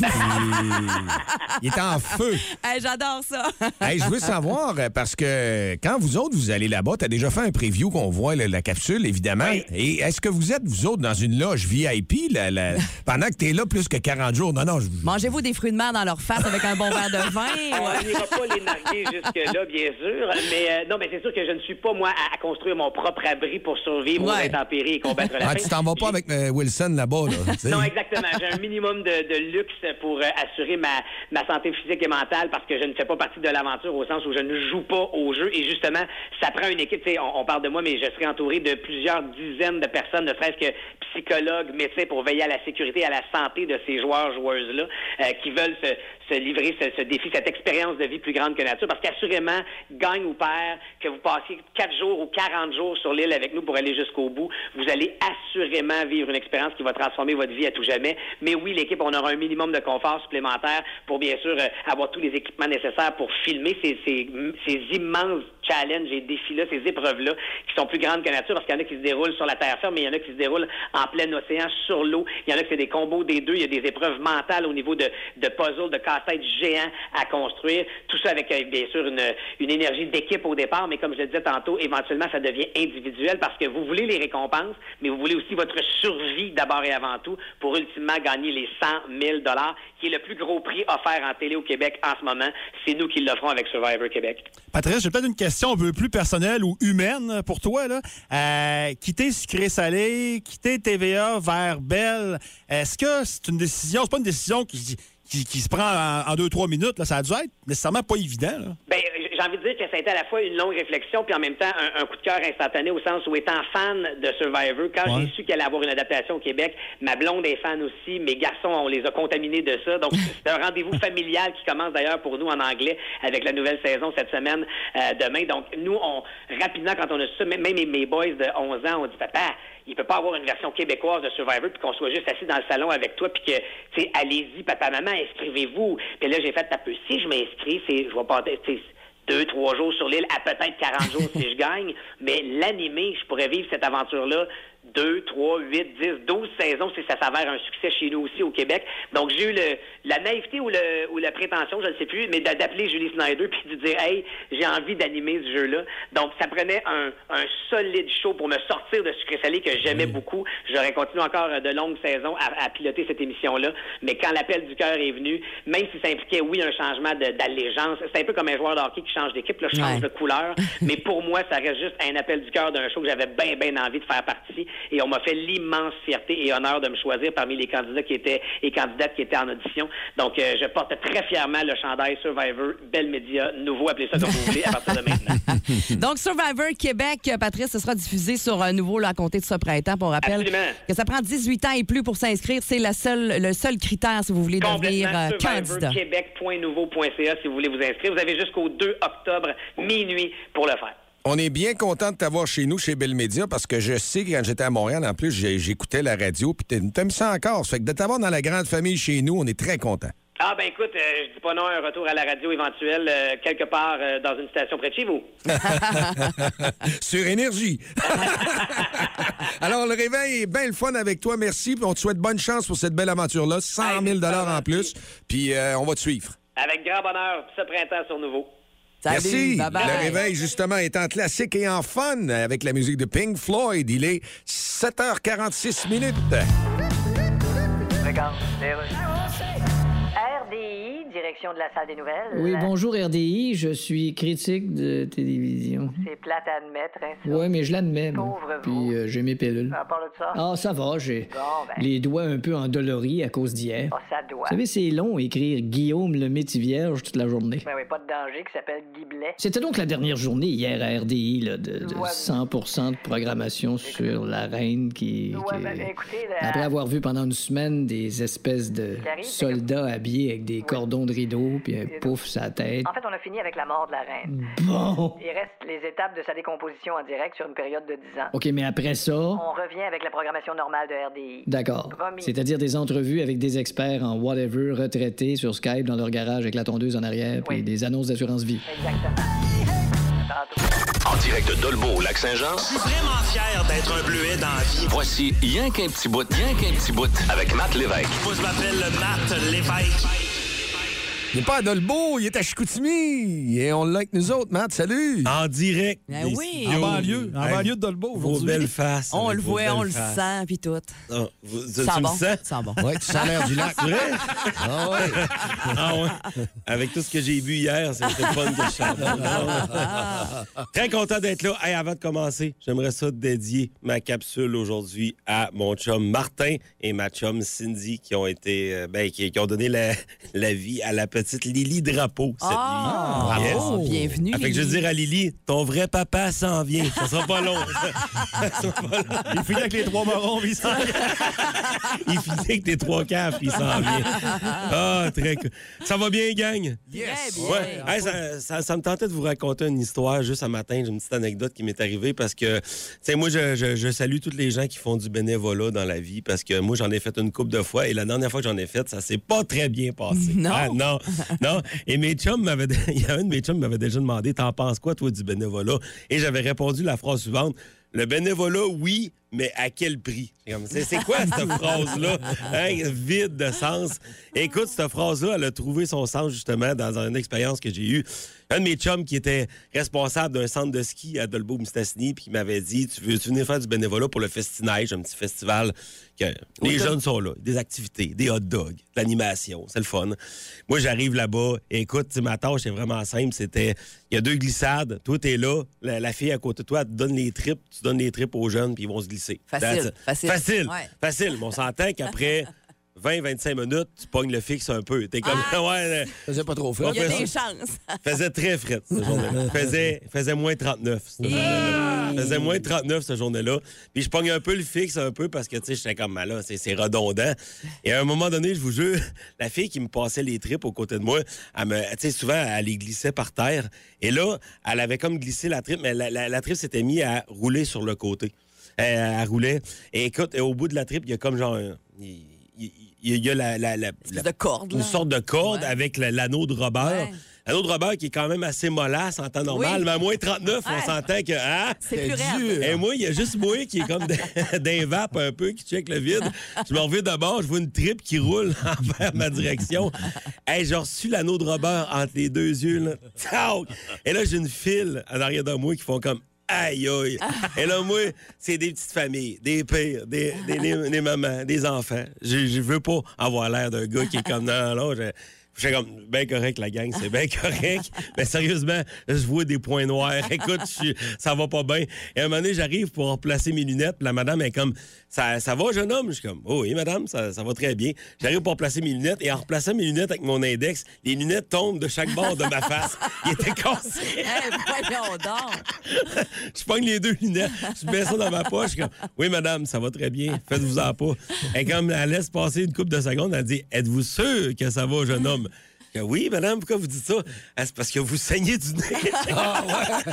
Il est en feu. Hey, j'adore ça. Hey, je veux savoir, parce que quand vous autres, vous allez là-bas, tu as déjà fait un preview qu'on voit, là, la capsule, évidemment. Oui. Et est-ce que vous êtes, vous autres, dans une loge V I P la, la, pendant que tu es là plus que quarante jours? Non, non. Je... Mangez-vous des fruits de mer dans leur face avec un bon verre de vin? On n'ira pas les narguer jusque-là, bien sûr. Mais euh, non, mais c'est sûr que je ne suis pas, moi, à, à construire mon propre abri pour survivre ouais. aux intempéries et combattre la ah, faim. Tu t'en vas pas avec euh, Wilson là-bas, là. Non, exactement. J'ai un minimum de, de luxe pour euh, assurer ma, ma santé physique et mentale parce que je ne fais pas partie de l'aventure au sens où je ne joue pas au jeu. Et justement, ça prend une équipe. On, on parle de moi, mais je serai entouré de plusieurs dizaines de personnes, ne serait-ce que psychologues, médecins, pour veiller à la sécurité et à la santé de ces joueurs, joueuses-là, euh, qui veulent se, se livrer ce, ce défi, cette expérience de vie plus grande que nature. Parce qu'assurément, gagne ou perd, que vous passiez quatre jours ou quarante jours sur l'île avec nous pour aller jusqu'au bout, vous allez assurément vivre une expérience qui va transformer votre vie à tout jamais. Mais oui, l'équipe, on aura un minimum de confort supplémentaire pour, bien sûr, euh, avoir tous les équipements nécessaires pour filmer ces, ces, ces immenses challenges et défis-là, ces épreuves-là, qui sont plus grandes que nature, parce qu'il y en a qui se déroulent sur la terre ferme, mais il y en a qui se déroulent en plein océan, sur l'eau. Il y en a qui c'est des combos des deux. Il y a des épreuves mentales au niveau de, de puzzles, de casse-tête géants à construire. Tout ça avec, euh, bien sûr, une, une énergie d'équipe au départ, mais comme je le disais tantôt, éventuellement, ça devient individuel parce que vous voulez les récompenses, mais vous voulez aussi votre survie d'abord et avant tout pour ultimement gagner les cent mille dollars, qui est le plus gros prix offert en télé au Québec en ce moment. C'est nous qui l'offrons avec Survivor Québec. Patrice, j'ai peut-être une question un peu plus personnelle ou humaine pour toi, là. Euh, quitter Sucré-Salé, quitter T V A vers Bell, est-ce que c'est une décision, c'est pas une décision qui, qui, qui se prend en, en deux, trois minutes, là? Ça a dû être nécessairement pas évident, là. Ben, j'ai envie de dire que ça a été à la fois une longue réflexion puis en même temps un, un coup de cœur instantané au sens où, étant fan de Survivor, quand ouais. j'ai su qu'elle allait avoir une adaptation au Québec, ma blonde est fan aussi, mes garçons, on les a contaminés de ça. Donc, c'est un rendez-vous familial qui commence d'ailleurs pour nous en anglais avec la nouvelle saison cette semaine, euh, demain. Donc, nous, on rapidement, quand on a su ça, même mes, mes boys de onze ans, on dit « Papa, il peut pas avoir une version québécoise de Survivor puis qu'on soit juste assis dans le salon avec toi puis que, tu sais, allez-y, papa, maman, inscrivez-vous. » Puis là, j'ai fait « T'as peu, si je m'inscris, c'est, je vais pas, tu sais, deux, trois jours sur l'île, à peut-être quarante jours si je gagne, mais l'animer, je pourrais vivre cette aventure-là deux, trois, huit, dix, douze saisons si ça s'avère un succès chez nous aussi au Québec. Donc, j'ai eu le, la naïveté ou, le, ou la prétention, je ne sais plus, mais d'appeler Julie Snyder puis de dire « Hey, j'ai envie d'animer ce jeu-là. » Donc, ça prenait un, un solide show pour me sortir de Sucré-Salé que j'aimais beaucoup. J'aurais continué encore de longues saisons à, à piloter cette émission-là. Mais quand l'appel du cœur est venu, même si ça impliquait, oui, un changement de, d'allégeance, c'est un peu comme un joueur de hockey qui change d'équipe, là, change ouais. de couleur. Mais pour moi, ça reste juste un appel du cœur d'un show que j'avais bien, bien envie de faire partie. Et on m'a fait l'immense fierté et honneur de me choisir parmi les candidats qui étaient et candidates qui étaient en audition. Donc, euh, je porte très fièrement le chandail Survivor Bell Media nouveau, appelez ça comme vous voulez, à partir de maintenant. Donc, Survivor Québec, Patrice, ce sera diffusé sur un nouveau là, à compter de ce printemps. On rappelle Absolument. que ça prend dix-huit ans et plus pour s'inscrire. C'est la seule, le seul critère si vous voulez devenir euh, candidat. Québec point nouveau point c a si vous voulez vous inscrire. Vous avez jusqu'au deux octobre, minuit, pour le faire. On est bien content de t'avoir chez nous, chez Bell Media, parce que je sais que quand j'étais à Montréal, en plus, j'écoutais la radio, puis t'aimes ça encore. Ça fait que de t'avoir dans la grande famille chez nous, on est très content. Ah, ben écoute, euh, je dis pas non à un retour à la radio éventuel, euh, quelque part euh, dans une station près de chez vous. Sur Énergie. Alors, le réveil est bien le fun avec toi. Merci. On te souhaite bonne chance pour cette belle aventure-là. cent mille dollars en plus. Puis, euh, on va te suivre. Avec grand bonheur, ce printemps sur Nouveau. Salut, Merci. Bye bye. Le réveil, justement, est en classique et en fun avec la musique de Pink Floyd. Il est sept heures quarante-six minutes. Regarde, R D I, direction direction de la salle des nouvelles. Oui, bonjour R D I, je suis critique de télévision. C'est plate à admettre, hein, ça. Oui, mais je l'admets. moi. Pauvre vous. Puis euh, j'ai mes pilules. À part de ça? Ah, ça va, j'ai Bon, ben. les doigts un peu endoloris à cause d'hier. Oh, ça doit. Vous savez, c'est long écrire Guillaume le Métivierge toute la journée. Ben oui, pas de danger, qui s'appelle Guy Blais. C'était donc la dernière journée hier à R D I, là, de, de Ouais. cent pour cent de programmation sur la reine qui... Ouais, qui- ben, écoutez, là, Après avoir vu pendant une semaine des espèces de qui arrive, c'est soldats habillés avec des cordons de rideau puis un pouf sur la tête. En fait, on a fini avec la mort de la reine. Bon! Il reste les étapes de sa décomposition en direct sur une période de dix ans. OK, mais après ça... On revient avec la programmation normale de R D I. D'accord. Promis. C'est-à-dire des entrevues avec des experts en whatever retraités sur Skype dans leur garage avec la tondeuse en arrière puis Oui. des annonces d'assurance vie. Exactement. Tantôt. En direct de Dolbeau au Lac-Saint-Jean, Je suis vraiment fier d'être un bleuet dans la vie. voici Rien qu'un petit bout, rien qu'un petit bout avec Matt Lévesque. Moi, je m'appelle Matt Lévesque. Il n'est pas à Dolbeau, il est à Chicoutimi. Et on l'a avec nous autres, Matt. Salut! En direct. Ben des oui. studios. En banlieue, en Hey, banlieue de Dolbeau Vos aujourd'hui. belles faces. On avec le vos voit, belles on le faces. sent, puis tout. Ah, vous, tu Ça me bon. sens? Ça bon. Ouais, tu sens l'air du lac. C'est vrai? Ah ouais. Ah ouais. Avec tout ce que j'ai bu hier, c'était le fun que je chante. Très content d'être là. Hey, avant de commencer, j'aimerais ça dédier ma capsule aujourd'hui à mon chum Martin et ma chum Cindy qui ont été euh, ben, qui, qui ont donné la, la vie à la petite Lily Drapeau cette Ah, nuit. bravo. Bienvenue, Fait que je veux Lily. dire à Lily, ton vrai papa s'en vient. Ça sera pas long. Ça sera pas long. Il finit avec les trois marrons, puis il s'en Il finit avec tes trois caves, puis il s'en vient. Ah, très cool. Ça va bien, gang? Yes. Bien, Ouais. Hey, ça, ça- ça me tentait de vous raconter une histoire juste un matin. J'ai une petite anecdote qui m'est arrivée parce que, tu sais, moi, je, je- je salue tous les gens qui font du bénévolat dans la vie parce que moi, j'en ai fait une couple de fois et la dernière fois que j'en ai fait, ça s'est pas très bien passé. Non. Ah, non, non. Et mes chums m'avaient, il y a un de mes chums qui m'avait déjà demandé, t'en penses quoi, toi, du bénévolat? Et j'avais répondu la phrase suivante. Le bénévolat, oui, mais à quel prix? C'est comme, C'est c'est quoi cette phrase-là? Hein, vide de sens. Écoute, cette phrase-là, elle a trouvé son sens justement dans une expérience que j'ai eue. Un de mes chums qui était responsable d'un centre de ski à Dolbeau-Mistassini puis qui m'avait dit, tu veux tu venir faire du bénévolat pour le Festinage, un petit festival que les jeunes sont là, des activités, des hot dogs, de l'animation, c'est le fun. Moi, j'arrive là-bas, et écoute, tu sais, ma tâche est vraiment simple, c'était, il y a deux glissades, toi, t'es là, la, la fille à côté de toi, elle te donne les tripes, tu donnes les tripes aux jeunes, puis ils vont se glisser. Facile, That's- facile. Facile, Ouais. facile. Mais on s'entend qu'après vingt à vingt-cinq minutes, tu pognes le fixe un peu. T'es comme, ouais, Faisait pas trop Il y frais. a fait des ça. chances. faisait très frais cette journée-là. faisait, faisait moins trente-neuf cette journée-là. faisait moins trente-neuf cette journée-là. Puis je pogne un peu le fixe un peu parce que, tu sais, j'étais comme, ben là, c'est c'est redondant. Et à un moment donné, je vous jure, la fille qui me passait les tripes aux côtés de moi, elle me, tu sais, souvent, elle les glissait par terre. Et là, elle avait comme glissé la tripe, mais la, la, la tripe s'était mise à rouler sur le côté. Elle, elle roulait. Et écoute, au bout de la tripe, il y a comme genre... un- il, il- il y a la, la, la, la- de corde, une là. sorte de corde Ouais. avec la- l'anneau de Robert. Ouais. L'anneau de Robert qui est quand même assez mollasse en temps normal, Oui. mais à moins trente-neuf, on Ouais. s'entend que... Hein? C'est plus raide. Et moi, il y a juste moi qui est comme d'un vape un peu, qui check le vide. Je me reviens d'abord, je vois une tripe qui roule envers ma direction. Hey, j'ai reçu l'anneau de Robert entre les deux yeux. Là. Tchac! Et là, j'ai une file en arrière de moi qui font comme... Aïe, aïe. Et là, moi, c'est des petites familles, des pères, des, des, des- des mamans, des enfants. Je, je veux pas avoir l'air d'un gars qui est comme non, non, je, je suis comme, bien correct, la gang, c'est bien correct. Mais sérieusement, je vois des points noirs. Écoute, je suis- ça va pas bien. Et à un moment donné, j'arrive pour replacer mes lunettes. Puis la madame est comme, ça, ça va, jeune homme? Je suis comme, oh oui, madame, ça, ça va très bien. J'arrive pour replacer mes lunettes. Et en replaçant mes lunettes avec mon index, les lunettes tombent de chaque bord de ma face. Ils étaient cassés. Hey, voyons donc. Je pogne les deux lunettes, je mets ça dans ma poche. Je suis comme, oui, madame, ça va très bien, faites-vous-en pas. Et comme elle laisse passer une couple de secondes, elle dit, êtes-vous sûr que ça va, jeune homme? Je dis, oui, madame, pourquoi vous dites ça? Ah, c'est parce que vous saignez du nez. Ah,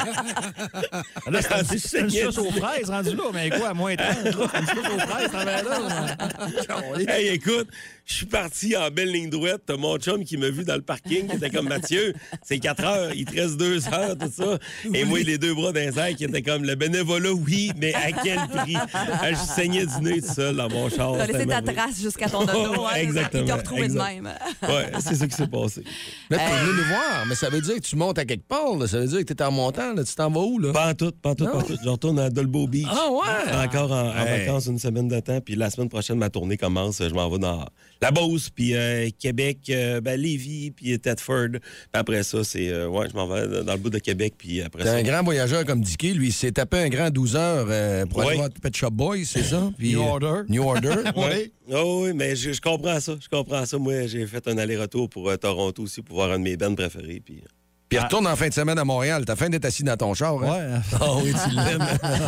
ouais. Là, c'est un petit- c'est une sauce aux fraises rendu là, mais quoi, à moins trente, là, c'est une sauce aux fraises, ça va là. Hey, écoute, je suis parti en belle ligne droite. T'as mon chum qui m'a vu dans le parking, qui était comme Mathieu. C'est quatre heures, il te reste deux heures, tout ça. Et moi, les deux bras dans les airs qui étaient comme le bénévolat, oui, mais à quel prix? Ah, je saignais du nez tout seul dans mon char. Tu as laissé C'était ta merveilleux. trace jusqu'à ton auto. Ouais, hein, exactement, Puis t'as retrouvé de exact. même. Ouais, c'est ça qui s'est passé. passer. Là, t'es venu nous voir, mais ça veut dire que tu montes à quelque part. Là. Ça veut dire que t'es en montant. Là. Tu t'en vas où? Là? Pas en tout, pas en tout, pas en tout. Je retourne à Dolbeau Beach. Ah ouais? Encore en, en Hey. vacances une semaine de temps. Puis la semaine prochaine, ma tournée commence. Je m'en vais dans la Beauce, puis euh, Québec, euh, ben, Lévis, puis Thetford. Puis après ça, c'est... euh, ouais, je m'en vais dans le bout de Québec, puis après T'es ça... un grand voyageur comme Dicky. Lui, il s'est tapé un grand douze heures euh, pour aller Oui. voir Pet Shop Boys, c'est ça? Puis, New euh, Order. New Order. Oui. Oh, oui, mais je, je comprends ça. Je comprends ça. Moi, j'ai fait un aller-retour pour euh, Toronto aussi pour voir un de mes bands préférés. Puis... Puis il retourne en fin de semaine à Montréal. T'as faim d'être assis dans ton char, hein? Ouais. Ah oui, tu l'aimes.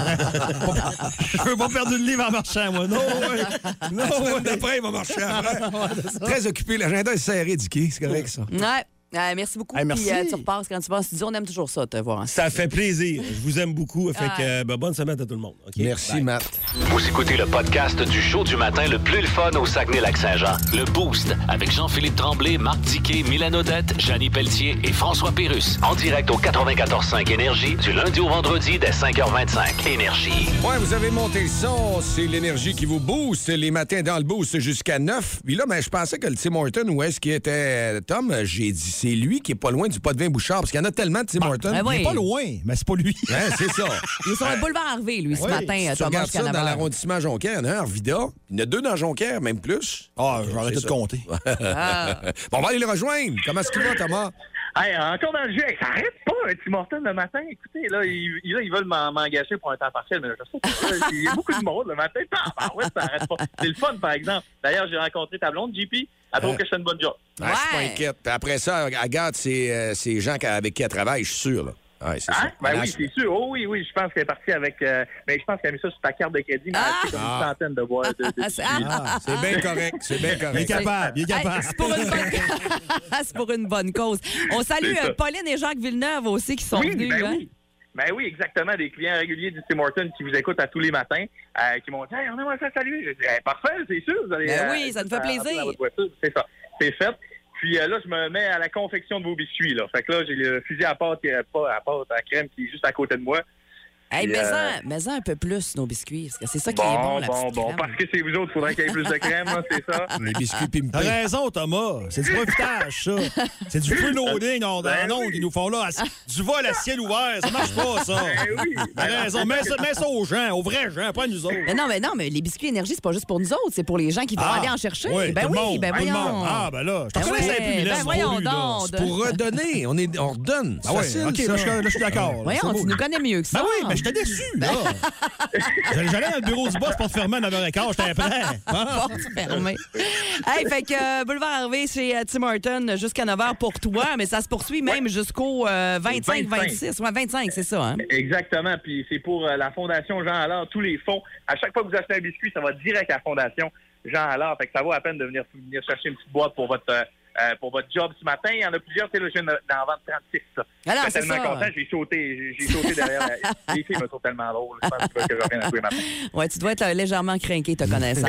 Je veux pas perdre une livre en marchant, moi. Non, ouais. La semaine d'après, il va marcher après. Très occupé. L'agenda est serré, Dicky. C'est correct, ça. Ouais. Euh, merci beaucoup. Hey, merci. Puis, euh, tu repasses quand tu vas en studio. On aime toujours ça, te voir en studio. Ça fait plaisir. Je vous aime beaucoup. Fait Ah. que euh, ben, bonne semaine à tout le monde. OK? Merci, Bye. Matt. Vous écoutez le podcast du show du matin le plus le fun au Saguenay-Lac-Saint-Jean. Le Boost avec Jean-Philippe Tremblay, Marc Diquet, Milan Odette, Janine Pelletier et François Pérusse. En direct au quatre-vingt-quatorze cinq Énergie du lundi au vendredi dès cinq heures vingt-cinq. Énergie. Ouais, vous avez monté le son. C'est l'énergie qui vous booste. Les matins dans le boost jusqu'à neuf. Puis là, ben, je pensais que le Tim Horton, où est-ce qu'il était Tom? J'ai dit, c'est lui qui est pas loin du pas de vin Bouchard, parce qu'il y en a tellement de Tim Horton. ben oui. Il est pas loin, mais c'est pas lui. Hein, c'est ça. Il est sur le boulevard Harvey, lui, ce Oui. matin, Si tu Thomas regardes ça dans Canaveur. l'arrondissement Jonquière, il y en a un à Arvida. Il y en a deux dans Jonquière, même plus. Ah, je vais arrêter C'est de ça. compter. Ah. Bon, on va aller le rejoindre. Comment est-ce qu'il va, Thomas? Hey, encore dans le jeu, hey, ça arrête pas, un Tim Horton le matin. Écoutez, là, ils, ils- là, ils veulent m'en- m'engager pour un temps partiel, mais je sais pas. là, il y a beaucoup de monde le matin. Ah, bah, ouais, ça arrête pas. C'est le fun, par exemple. D'ailleurs, j'ai rencontré ta blonde, J P. Elle trouve que je fais une bonne job. Ah, je suis pas Ouais. inquiète. Puis après ça, Agathe, c'est euh, c'est gens qui- avec qui elle travaille, je suis sûr. Là. Ouais, c'est Hein? ça. Ben Elle oui, a- c'est sûr. Oh oui, oui, je pense qu'elle est partie avec... Euh, mais je pense qu'elle a mis ça sur ta carte de crédit, mais elle a acheté comme Ah. une centaine de boîtes de, de Ah, c'est- biscuits. ah, C'est bien correct. C'est bien Il est correct. capable, il est Hey, capable. c'est pour une bonne... c'est pour une bonne cause. On salue C'est ça. euh, Pauline et Jacques Villeneuve aussi qui sont Oui, venus. ben hein. oui. Ben oui, exactement. Des clients réguliers du Tim Horton qui vous écoutent à tous les matins, euh, qui m'ont dit « Hey, on aimerait ça saluer. » J'ai dit hey, « Parfait, c'est sûr. Vous allez, Ben euh, oui, ça nous fait à- plaisir. dans votre voiture. » C'est ça. C'est fait. Puis euh, là, je me mets à la confection de vos biscuits. Là. Fait que là, j'ai le fusil à pâte, qui est pas à pâte à crème qui est juste à côté de moi. Hey, Puis, mets-en euh, mets-en un peu plus, nos biscuits, parce que c'est ça qui est bon, Bon, la bon, petite bon. crème. Parce que c'est vous autres, il faudrait qu'il y ait plus de crème, là, c'est ça. Les biscuits pimpés. T'as raison, Thomas. C'est du profitage, ça. C'est du free loading dans Ben non, oui. qu'ils nous font là. Du vol à ciel ouvert. Ça marche pas, ça. Ben oui. T'as raison. Mets ça, mets ça aux gens, aux vrais gens, pas à nous autres. Mais non, mais non, mais les biscuits énergie, c'est pas juste pour nous autres, c'est pour les gens qui vont Ah, aller en chercher. oui, ben tout le oui, monde, ben tout le voyons. monde. Ah, ben là, je Ben t'en connais ouais, un peu, Mylène, ben c'est voyons pas lui, là. donc. C'est pour redonner. On, est, on redonne. C'est Ah ouais, facile, OK, ça. là, je, là, je suis d'accord. là. Voyons, C'est beau. tu nous connais mieux que ça. Ben oui, mais j'étais déçu, là. J'allais j'allais dans le bureau du boss pour te fermer à neuf heures quinze, j'étais prêt. Ah. Porte fermée. Hey, fait que euh, Boulevard Harvey chez euh, Tim Horton jusqu'à neuf heures pour toi, mais ça se poursuit même jusqu'au euh, vingt-cinq vingt-six. Ouais, vingt-cinq, c'est ça, hein? Exactement. Puis c'est pour euh, la Fondation Jean Allard. Tous les fonds, à chaque fois que vous achetez un biscuit, ça va direct à la Fondation Jean Allard. Fait que ça vaut la peine de venir, venir chercher une petite boîte pour votre euh, euh, pour votre job ce matin. Il y en a plusieurs. Tu sais, là, je viens d'en vendre trente-six. Ça. Alors, Je suis c'est tellement ça. content. J'ai sauté. J'ai, j'ai sauté derrière. La... Les filles me trouvent tellement drôle. Je pense que je reviens à tous les matins. Ouais, tu dois être euh, légèrement craqué, te connaissant.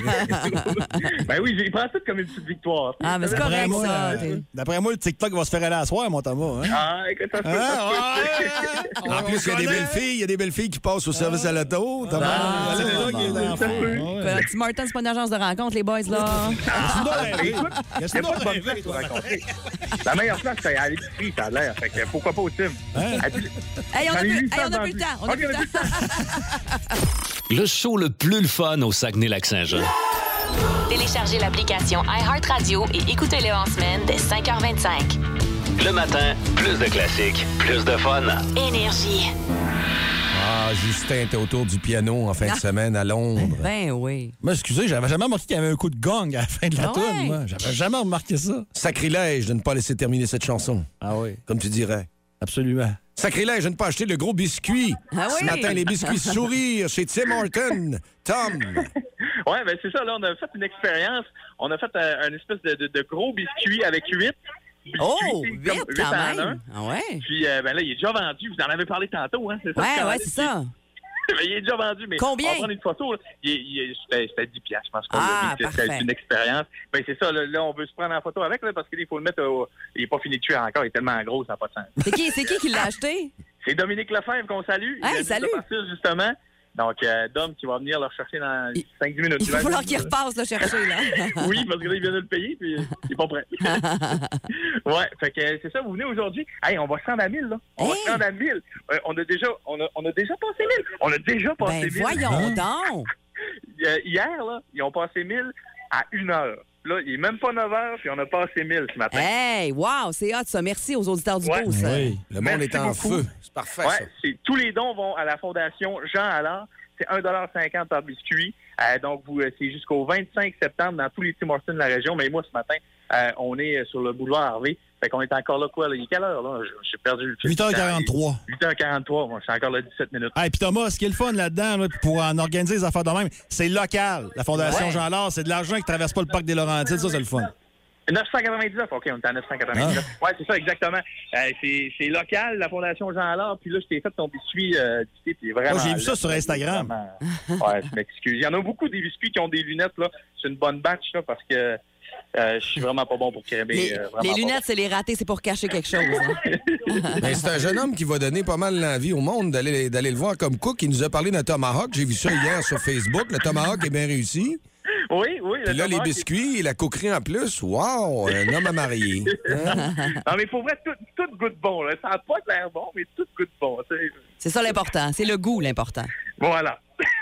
Ben oui, j'ai prends tout comme une petite victoire. Ah, mais c'est D'après correct, moi, ça. euh, T'es- D'après moi, le TikTok va se faire aller à soir, mon Thomas. Hein? Ah, écoute, ça se peut, ça se peut. En plus, il y a des belles filles. Il y a des belles filles qui passent au service à l'auto. Thomas. Ah, C'est ça qui est dans le Ça fond. peut. Ouais. Euh, Tim Horton, c'est pas une agence de rencontre, les boys, là. Tu dois rêver. Écoute, Qu'est-ce il n'y que a tu pas dois de bonne rêver, place pour toi? rencontrer. La meilleure place, c'est à l'épicerie, ça a l'air. Fait que pourquoi pas au Tim? Hein? Et puis- Hey, on a J'en ai plus, huit hey, cents on a plus le vendus. temps. On a Ok, plus le on a temps. Le show le plus le fun au Saguenay-Lac-Saint-Jean. Téléchargez l'application iHeartRadio et écoutez-le en semaine dès cinq heures vingt-cinq. Le matin, plus de classiques, plus de fun. Énergie. Ah, Justin était autour du piano en fin de semaine à Londres. Ben oui. Moi, excusez, j'avais jamais remarqué qu'il y avait un coup de gong à la fin de la Ah toune, ouais? moi. J'avais jamais remarqué ça. Sacrilège de ne pas laisser terminer cette chanson, Ah oui, comme tu dirais. absolument. Sacrilège de ne pas acheter le gros biscuit. Ah Ce oui? matin, les biscuits sourire chez Tim Horton. Tom. Oui, ben c'est ça. Là, on a fait une expérience. On a fait euh, un espèce de, de, de gros biscuit avec huit. biscuits, Oh, tu sais, vite comme quand huit en même. un. Ah ouais? Puis, euh, ben là, il est déjà vendu. Vous en avez parlé tantôt, hein? C'est ça? Ouais, le ouais, scandale. c'est ça. Ben, il est déjà vendu, mais Combien? on va prendre une photo. Là. Il, est- il est- c'était, c'était dix piastres, je pense qu'on Ah, l'a dit. C'était parfait. une expérience. Ben, c'est ça. Là, là, on veut se prendre en photo avec, là, parce qu'il faut le mettre au... Il n'est pas fini de cuire encore. Il est tellement gros, ça n'a pas de sens. C'est qui, c'est qui qui l'a acheté? C'est Dominique Lefebvre qu'on salue. Il Hey, vient de salut. partir, justement. Donc, euh, Dom qui va venir le chercher dans cinq dix minutes. Il va falloir qu'il repasse le chercher, là. Oui, parce que là, il vient de le payer, puis il n'est pas prêt. Ouais, fait que c'est ça, vous venez aujourd'hui. Hey, on va se rendre à mille, là. On hey. va se rendre à mille. Euh, on a déjà, on a, on a déjà passé mille. On a déjà passé ben, mille. Voyons hein? donc. Hier, là, ils ont passé mille à une heure. Là, il n'est même pas neuf heures, puis on a passé mille ce matin. Hey, wow, c'est hot, ça. Merci aux auditeurs du ouais. Beauce. Oui, le monde Merci est en beaucoup. feu. C'est parfait, ouais, ça. C'est, tous les dons vont à la Fondation Jean Allard. C'est un dollar cinquante par biscuit. Euh, donc, vous, c'est jusqu'au vingt-cinq septembre dans tous les Tim Hortons de la région. Mais moi, ce matin, euh, on est sur le boulevard Harvey. Fait qu'on est encore là, quoi? Là? Il est quelle heure, là? J'ai perdu le huit heures quarante-trois. huit heures quarante-trois. Moi, c'est encore là dix-sept minutes. Hey, puis Thomas, ce qui est le fun là-dedans, là, pour en organiser les affaires de même, c'est local. La Fondation ouais. Jean Allard, c'est de l'argent qui ne traverse pas le parc des Laurentides. Ça, c'est le fun. neuf cent quatre-vingt-dix-neuf. OK, on est à neuf cent quatre-vingt-dix-neuf. Ah. Oui, c'est ça, exactement. Euh, c'est, c'est local, la Fondation Jean Allard. Puis là, je t'ai fait ton biscuit euh, d'ici, puis vraiment... Oh, j'ai vu ça sur Instagram. Vraiment... Ouais, je m'excuse. Il y en a beaucoup des biscuits qui ont des lunettes, là. C'est une bonne batch, là, parce que euh, je suis vraiment pas bon pour crémer. Les, euh, les lunettes, bon. c'est les ratés, c'est pour cacher quelque chose. Hein? Ben, c'est un jeune homme qui va donner pas mal l'envie au monde d'aller, d'aller le voir comme Cook. Il nous a parlé d'un Tomahawk. J'ai vu ça hier sur Facebook. Le Tomahawk est bien réussi. Oui, oui. Puis là, les biscuits et la coquerie en plus, wow, un homme à marier. Hein? Non, mais pour vrai, tout, tout goûte bon. Là. Ça n'a pas l'air bon, mais tout goûte bon. T'sais. C'est ça l'important. C'est le goût l'important. Voilà.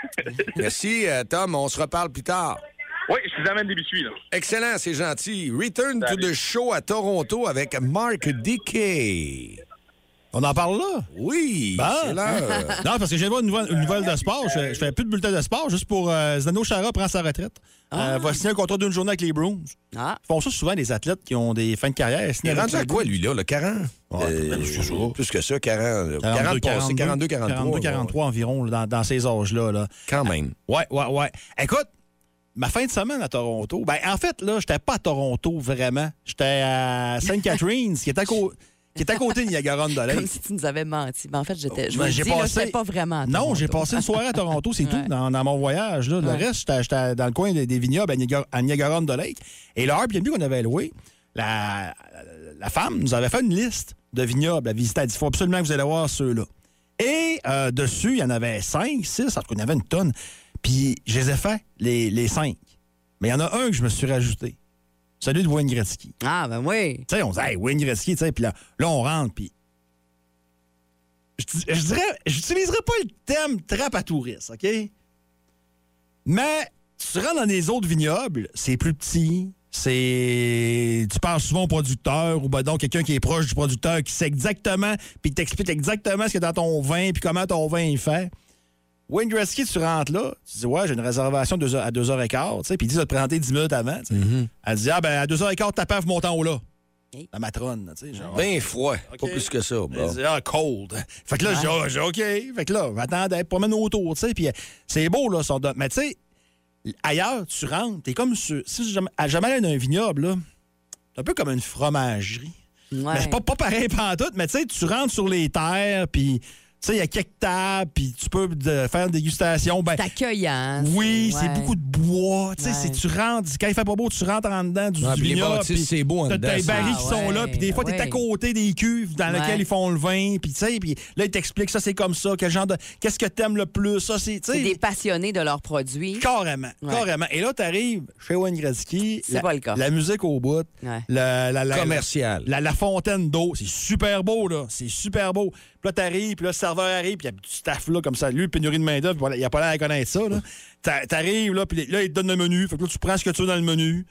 Merci, euh, Tom. On se reparle plus tard. Oui, je vous amène des biscuits. Là. Excellent, c'est gentil. Return Salut. to the show à Toronto avec Mark Dickey. On en parle là? Oui, bon. C'est l'heure. Non, parce que j'ai une nouvelle, une nouvelle de sport. Je, je fais plus de bulletin de sport juste pour... Euh, Zdeno Chara prend sa retraite. Ah. Euh, va signer un contrat d'une journée avec les Bruins. Ah. Ils font ça souvent, des athlètes qui ont des fins de carrière. Il est rendu à quoi, lui, là, le quarante? Ouais, euh, euh, plus que ça, quarante. quarante-deux, quarante, quarante-deux, quarante-trois. quarante-deux, quarante-trois environ, là, dans, dans ces âges-là. Là. Quand même. Ouais, ouais, ouais. Écoute, ma fin de semaine à Toronto, ben en fait, là, j'étais pas à Toronto, vraiment. J'étais à Sainte Catharines, qui est à côté... qui est à côté de Niagara-on-the-Lake. Comme si tu nous avais menti. Mais en fait, j'étais, je ben, me j'ai dis, passé... là, j'étais pas vraiment à Toronto. Non, j'ai passé une soirée à Toronto, c'est ouais. tout, dans, dans mon voyage. Là. Le ouais. reste, j'étais, j'étais dans le coin des, des vignobles à, Niagara, à Niagara-on-the-Lake. Et le Airbnb qu'on avait loué, la, la femme nous avait fait une liste de vignobles à visiter. Elle dit, il faut absolument que vous allez voir ceux-là. Et euh, dessus, il y en avait cinq, six, en tout cas, il y en avait une tonne. Puis, je les ai fait, les, les cinq. Mais il y en a un que je me suis rajouté. Celui de Wayne Gretzky. Ah, ben oui. Tu sais, on dit, hey, Wayne Gretzky, tu sais, puis là, là, on rentre, puis. Je, je dirais, j'utiliserais pas le terme trappe à touristes, OK? Mais tu rentres dans les autres vignobles, c'est plus petit, c'est. Tu parles souvent au producteur ou ben donc quelqu'un qui est proche du producteur qui sait exactement, puis t'explique exactement ce qu'il y a dans ton vin, puis comment ton vin est fait. Wayne Gretzky, tu rentres là, tu dis, ouais, j'ai une réservation de deux heures, à deux heures quinze, tu sais, puis il dit, ça va te présenter dix minutes avant, tu sais. Mm-hmm. Elle dit, ah, ben, à deux heures quinze, ta paf monte en haut là. Hey. La matrone, tu sais, genre. Ben froid, okay. Pas plus que ça. Bon. Elle dit, ah, cold. Fait que là, ah. j'ai, OK. Fait que là, attendez, promène autour, tu sais, puis c'est beau, là, son don. Mais tu sais, ailleurs, tu rentres, t'es comme sur. Si jamais, jamais allé dans un vignoble, là, c'est un peu comme une fromagerie. Ouais. Mais c'est pas, pas pareil pantoute, mais tu sais, tu rentres sur les terres, puis. Tu sais, il y a quelques tables, puis tu peux de, faire une dégustation. Ben, c'est accueillant. Oui, c'est, c'est ouais. beaucoup de bois. Tu sais, ouais. Tu rentres, quand il fait pas beau, tu rentres en dedans du, ouais, du vignoble. Puis c'est beau en dedans. T'as des barils qui ah, sont ouais, là, puis des fois, ouais. t'es à côté des cuves dans ouais. lesquelles ils font le vin. Puis tu sais, puis là, ils t'expliquent ça, c'est comme ça. Quel genre de. Qu'est-ce que t'aimes le plus? Ça, c'est. C'est des passionnés de leurs produits. Carrément, ouais. carrément. Et là, t'arrives chez Wayne Gretzky. C'est la, pas le cas. La musique au bout. Ouais. La, la, la, commercial. La, la fontaine d'eau. C'est super beau, là. C'est super beau. Puis là, t'arrives, puis là, le serveur arrive, puis il y a du staff là, comme ça. Lui, pénurie de main-d'œuvre, il a pas l'air à connaître ça, là. T'arrives, là, puis là, il te donne le menu. Fait que là, tu prends ce que tu veux dans le menu.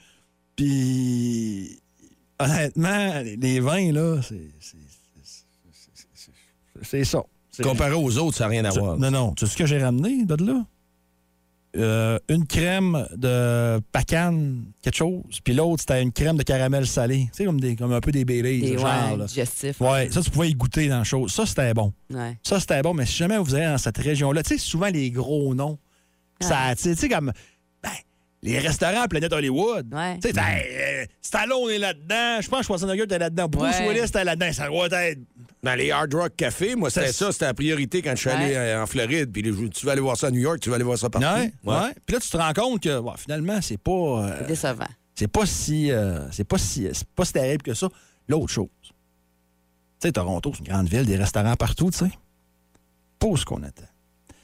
Puis, honnêtement, les vins, là, c'est. C'est, c'est, c'est, c'est ça. C'est... Comparé aux autres, ça n'a rien à voir. Non, non. Tu sais ce que j'ai ramené de là? Euh, une crème de pacane, quelque chose. Puis l'autre, c'était une crème de caramel salé. Tu sais, comme, des, comme un peu des Baileys, des, genre. Ouais, là. digestif. Ouais, ça, tu pouvais y goûter dans la chose. Ça, c'était bon. Ouais. Ça, c'était bon. Mais si jamais vous allez dans cette région-là, tu sais, souvent les gros noms, ouais. ça, tu sais, comme... Ben, les restaurants à Planète Hollywood. Ouais. Tu sais, euh, Stallone est là-dedans. Je pense que Schwarzenegger était là-dedans. Bruce ouais. Willis était là-dedans. Ça doit être... Dans les Hard Rock Café, moi, c'était ça. C'était la priorité quand je suis allé ouais. en Floride. Puis tu vas aller voir ça à New York, tu vas aller voir ça partout. Ouais, ouais. ouais. Puis là, tu te rends compte que bon, finalement, c'est pas... Euh, c'est décevant. C'est pas si... Euh, c'est pas si... C'est pas si terrible que ça. L'autre chose. Tu sais, Toronto, c'est une grande ville, des restaurants partout, tu sais. Pas ce qu'on attend.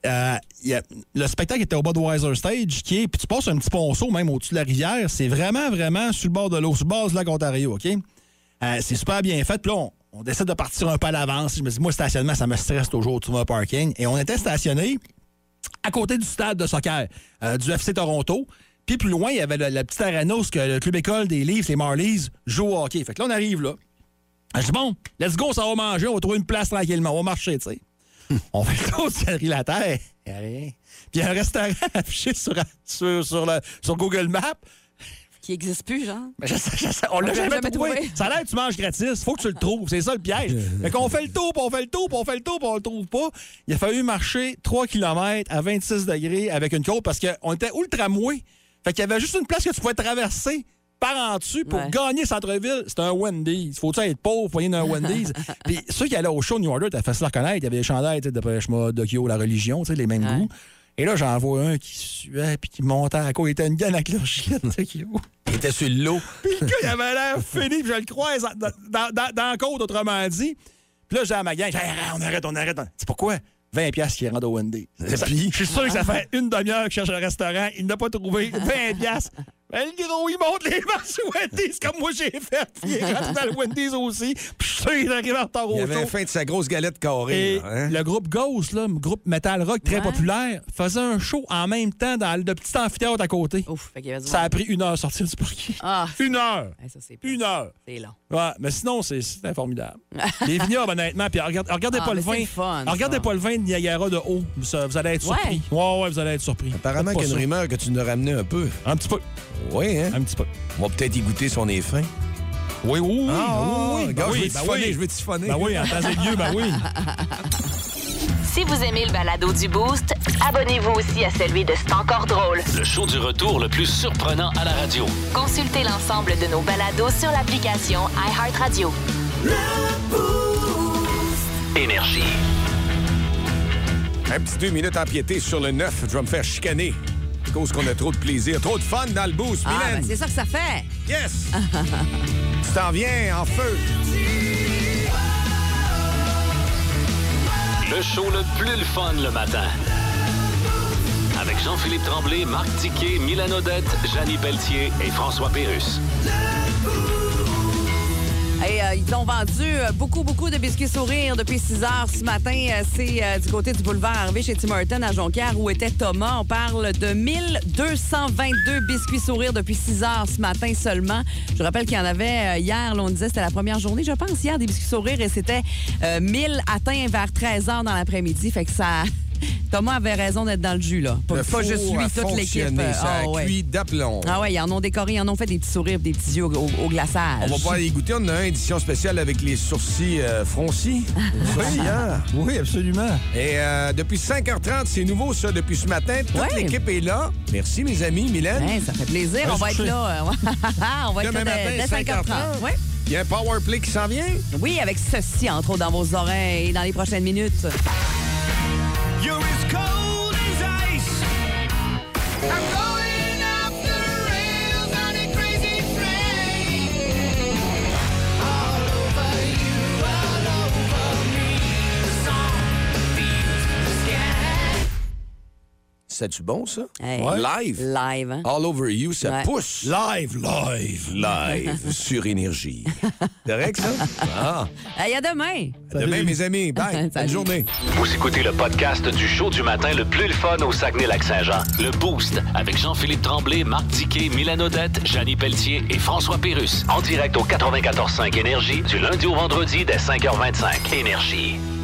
euh, y a, le spectacle était au bas de Weiser Stage, qui est, puis tu passes un petit ponceau même au-dessus de la rivière. C'est vraiment, vraiment sur le bord de l'eau, sur le bord du lac Ontario, OK? Euh, c'est super bien fait. Puis là, on, on décide de partir un peu à l'avance. Je me dis, moi, stationnement, ça me stresse toujours, tu vas au parking. Et on était stationné à côté du stade de soccer euh, du F C Toronto. Puis plus loin, il y avait la, la petite arena où le club école des Leafs, les Marlies, joue au hockey. Fait que là, on arrive là. Je dis, bon, let's go, ça va manger, on va trouver une place tranquillement, on va marcher, tu sais. On fait le tour du Galerie La Terre, il n'y a rien. Puis il y a un restaurant affiché sur, sur, sur, le, sur Google Maps. Qui n'existe plus, genre. Mais je sais, je sais, on l'a jamais, jamais trouvé. trouvé. Ça a l'air que tu manges gratis. Faut que tu le trouves. C'est ça le piège. Fait qu'on fait le tour, puis on fait le tour, puis on fait le tour, puis on le trouve pas. Il a fallu marcher trois kilomètres à vingt-six degrés avec une côte parce qu'on était ultra mouillé. Fait qu'il y avait juste une place que tu pouvais traverser par en dessus pour ouais. gagner centre-ville. C'était un Wendy's. Faut-tu être pauvre pour gagner un Wendy's? Puis ceux qui allaient au show New Order, t'as facile à reconnaître. Il y avait les chandails de Depeche Mode, Dokyo, La Religion, les mêmes ouais. goûts. Et là, j'en vois un qui suait puis qui montait à quoi. Il était une gaine avec leur chien, Dokyo. Il était sur l'eau. Puis le gars, il avait l'air fini, puis je le croise dans, dans, dans, dans la côte, autrement dit. Puis là, j'ai à ma gang, j'ai dit, on arrête, on arrête. C'est pourquoi? vingt piastres qui rentrent au Wendy. Je suis sûr que ça fait une demi-heure que je cherche un restaurant. Il n'a pas trouvé. vingt piastres. Ben, le gros, il monte les marches au Wendy's comme moi j'ai fait. Puis il est rentré dans le Wendy's aussi. Puis je suis sûr qu'il est arrivé en retard au show. Il avait faim de sa grosse galette carrée. Et là, hein? le groupe Ghost, là, groupe metal rock très ouais. populaire, faisait un show en même temps dans le petit amphithéâtre à côté. Ouf, fait qu'il y avait du ça a monde. pris une heure à sortir du parking. Ah, une heure. Ouais, ça, c'est une heure. C'est long. Ouais, mais sinon, c'est, c'est formidable. Les vignobles, honnêtement. Puis regardez, regardez ah, pas le vin. C'est fun, regardez ça. pas le vin de Niagara de haut. Vous, vous allez être surpris. Ouais. ouais, ouais, vous allez être surpris. Apparemment qu'il y a une rumeur que tu nous as ramené un peu. Un petit peu. Oui, hein? Un petit peu. On va peut-être y goûter si on est fin. Oui, oui, oui. Ah, oui, oui. Regarde, oui, je vais ben siphonner, oui. je vais siphonner. Ben oui, en temps et lieu, ben oui. Si vous aimez le balado du Boost, abonnez-vous aussi à celui de C'est encore drôle. Le show du retour le plus surprenant à la radio. Consultez l'ensemble de nos balados sur l'application iHeartRadio. Énergie. Un petit deux minutes empiété sur le neuf, je vais me faire chicaner. À cause qu'on a trop de plaisir, trop de fun dans le boost, Ah, Mylène. ben c'est ça que ça fait. Yes! Tu t'en viens en feu. Le show le plus le fun le matin. Avec Jean-Philippe Tremblay, Marc Tiquet, Milan Odette, Janine Pelletier et François Pérusse. Et, euh, ils ont vendu euh, beaucoup, beaucoup de biscuits sourires depuis six heures ce matin. Euh, c'est euh, du côté du boulevard Harvey chez Tim Hortons à Jonquière où était Thomas. On parle de mille deux cent vingt-deux biscuits sourires depuis six heures ce matin seulement. Je rappelle qu'il y en avait euh, hier, là, on disait c'était la première journée, je pense, hier, des biscuits sourires et c'était euh, mille atteints vers treize heures dans l'après-midi. Fait que ça... Thomas avait raison d'être dans le jus, là. Pas, pas juste lui, toute l'équipe. Ça ah, ouais. cuit d'aplomb. Ah ouais, ils en ont décoré, ils en ont fait des petits sourires, des petits yeux au, au, au glaçage. On va pouvoir y goûter. On a une édition spéciale avec les sourcils euh, froncis. Oui, hein? Oui, absolument. Et euh, depuis cinq heures trente, c'est nouveau, ça, depuis ce matin. Toute ouais. l'équipe est là. Merci, mes amis. Mylène. Ouais, ça fait plaisir. On va être là. On va être Demain là matin, dès cinq heures trente. Ouais. Il y a un power play qui s'en vient? Oui, avec ceci, entre autres, dans vos oreilles dans les prochaines minutes. You're as cold as ice. I'm going off the rails on a crazy train. All over you, all over me. The song beats the sky. C'est-tu bon, ça? Hey, ouais. Live? Live, hein? All over you, ça ouais. pousse. Live, live. Live sur Énergie. Correct, ça? Ah. Il y a demain. À demain, mes amis. Bye. Bonne journée. Vous écoutez le podcast du show du matin le plus le fun au Saguenay-Lac-Saint-Jean. Le Boost avec Jean-Philippe Tremblay, Marc Tiquet, Milan Odette, Janine Pelletier et François Pérusse. En direct au quatre-vingt-quatorze cinq Énergie du lundi au vendredi dès cinq heures vingt-cinq. Énergie.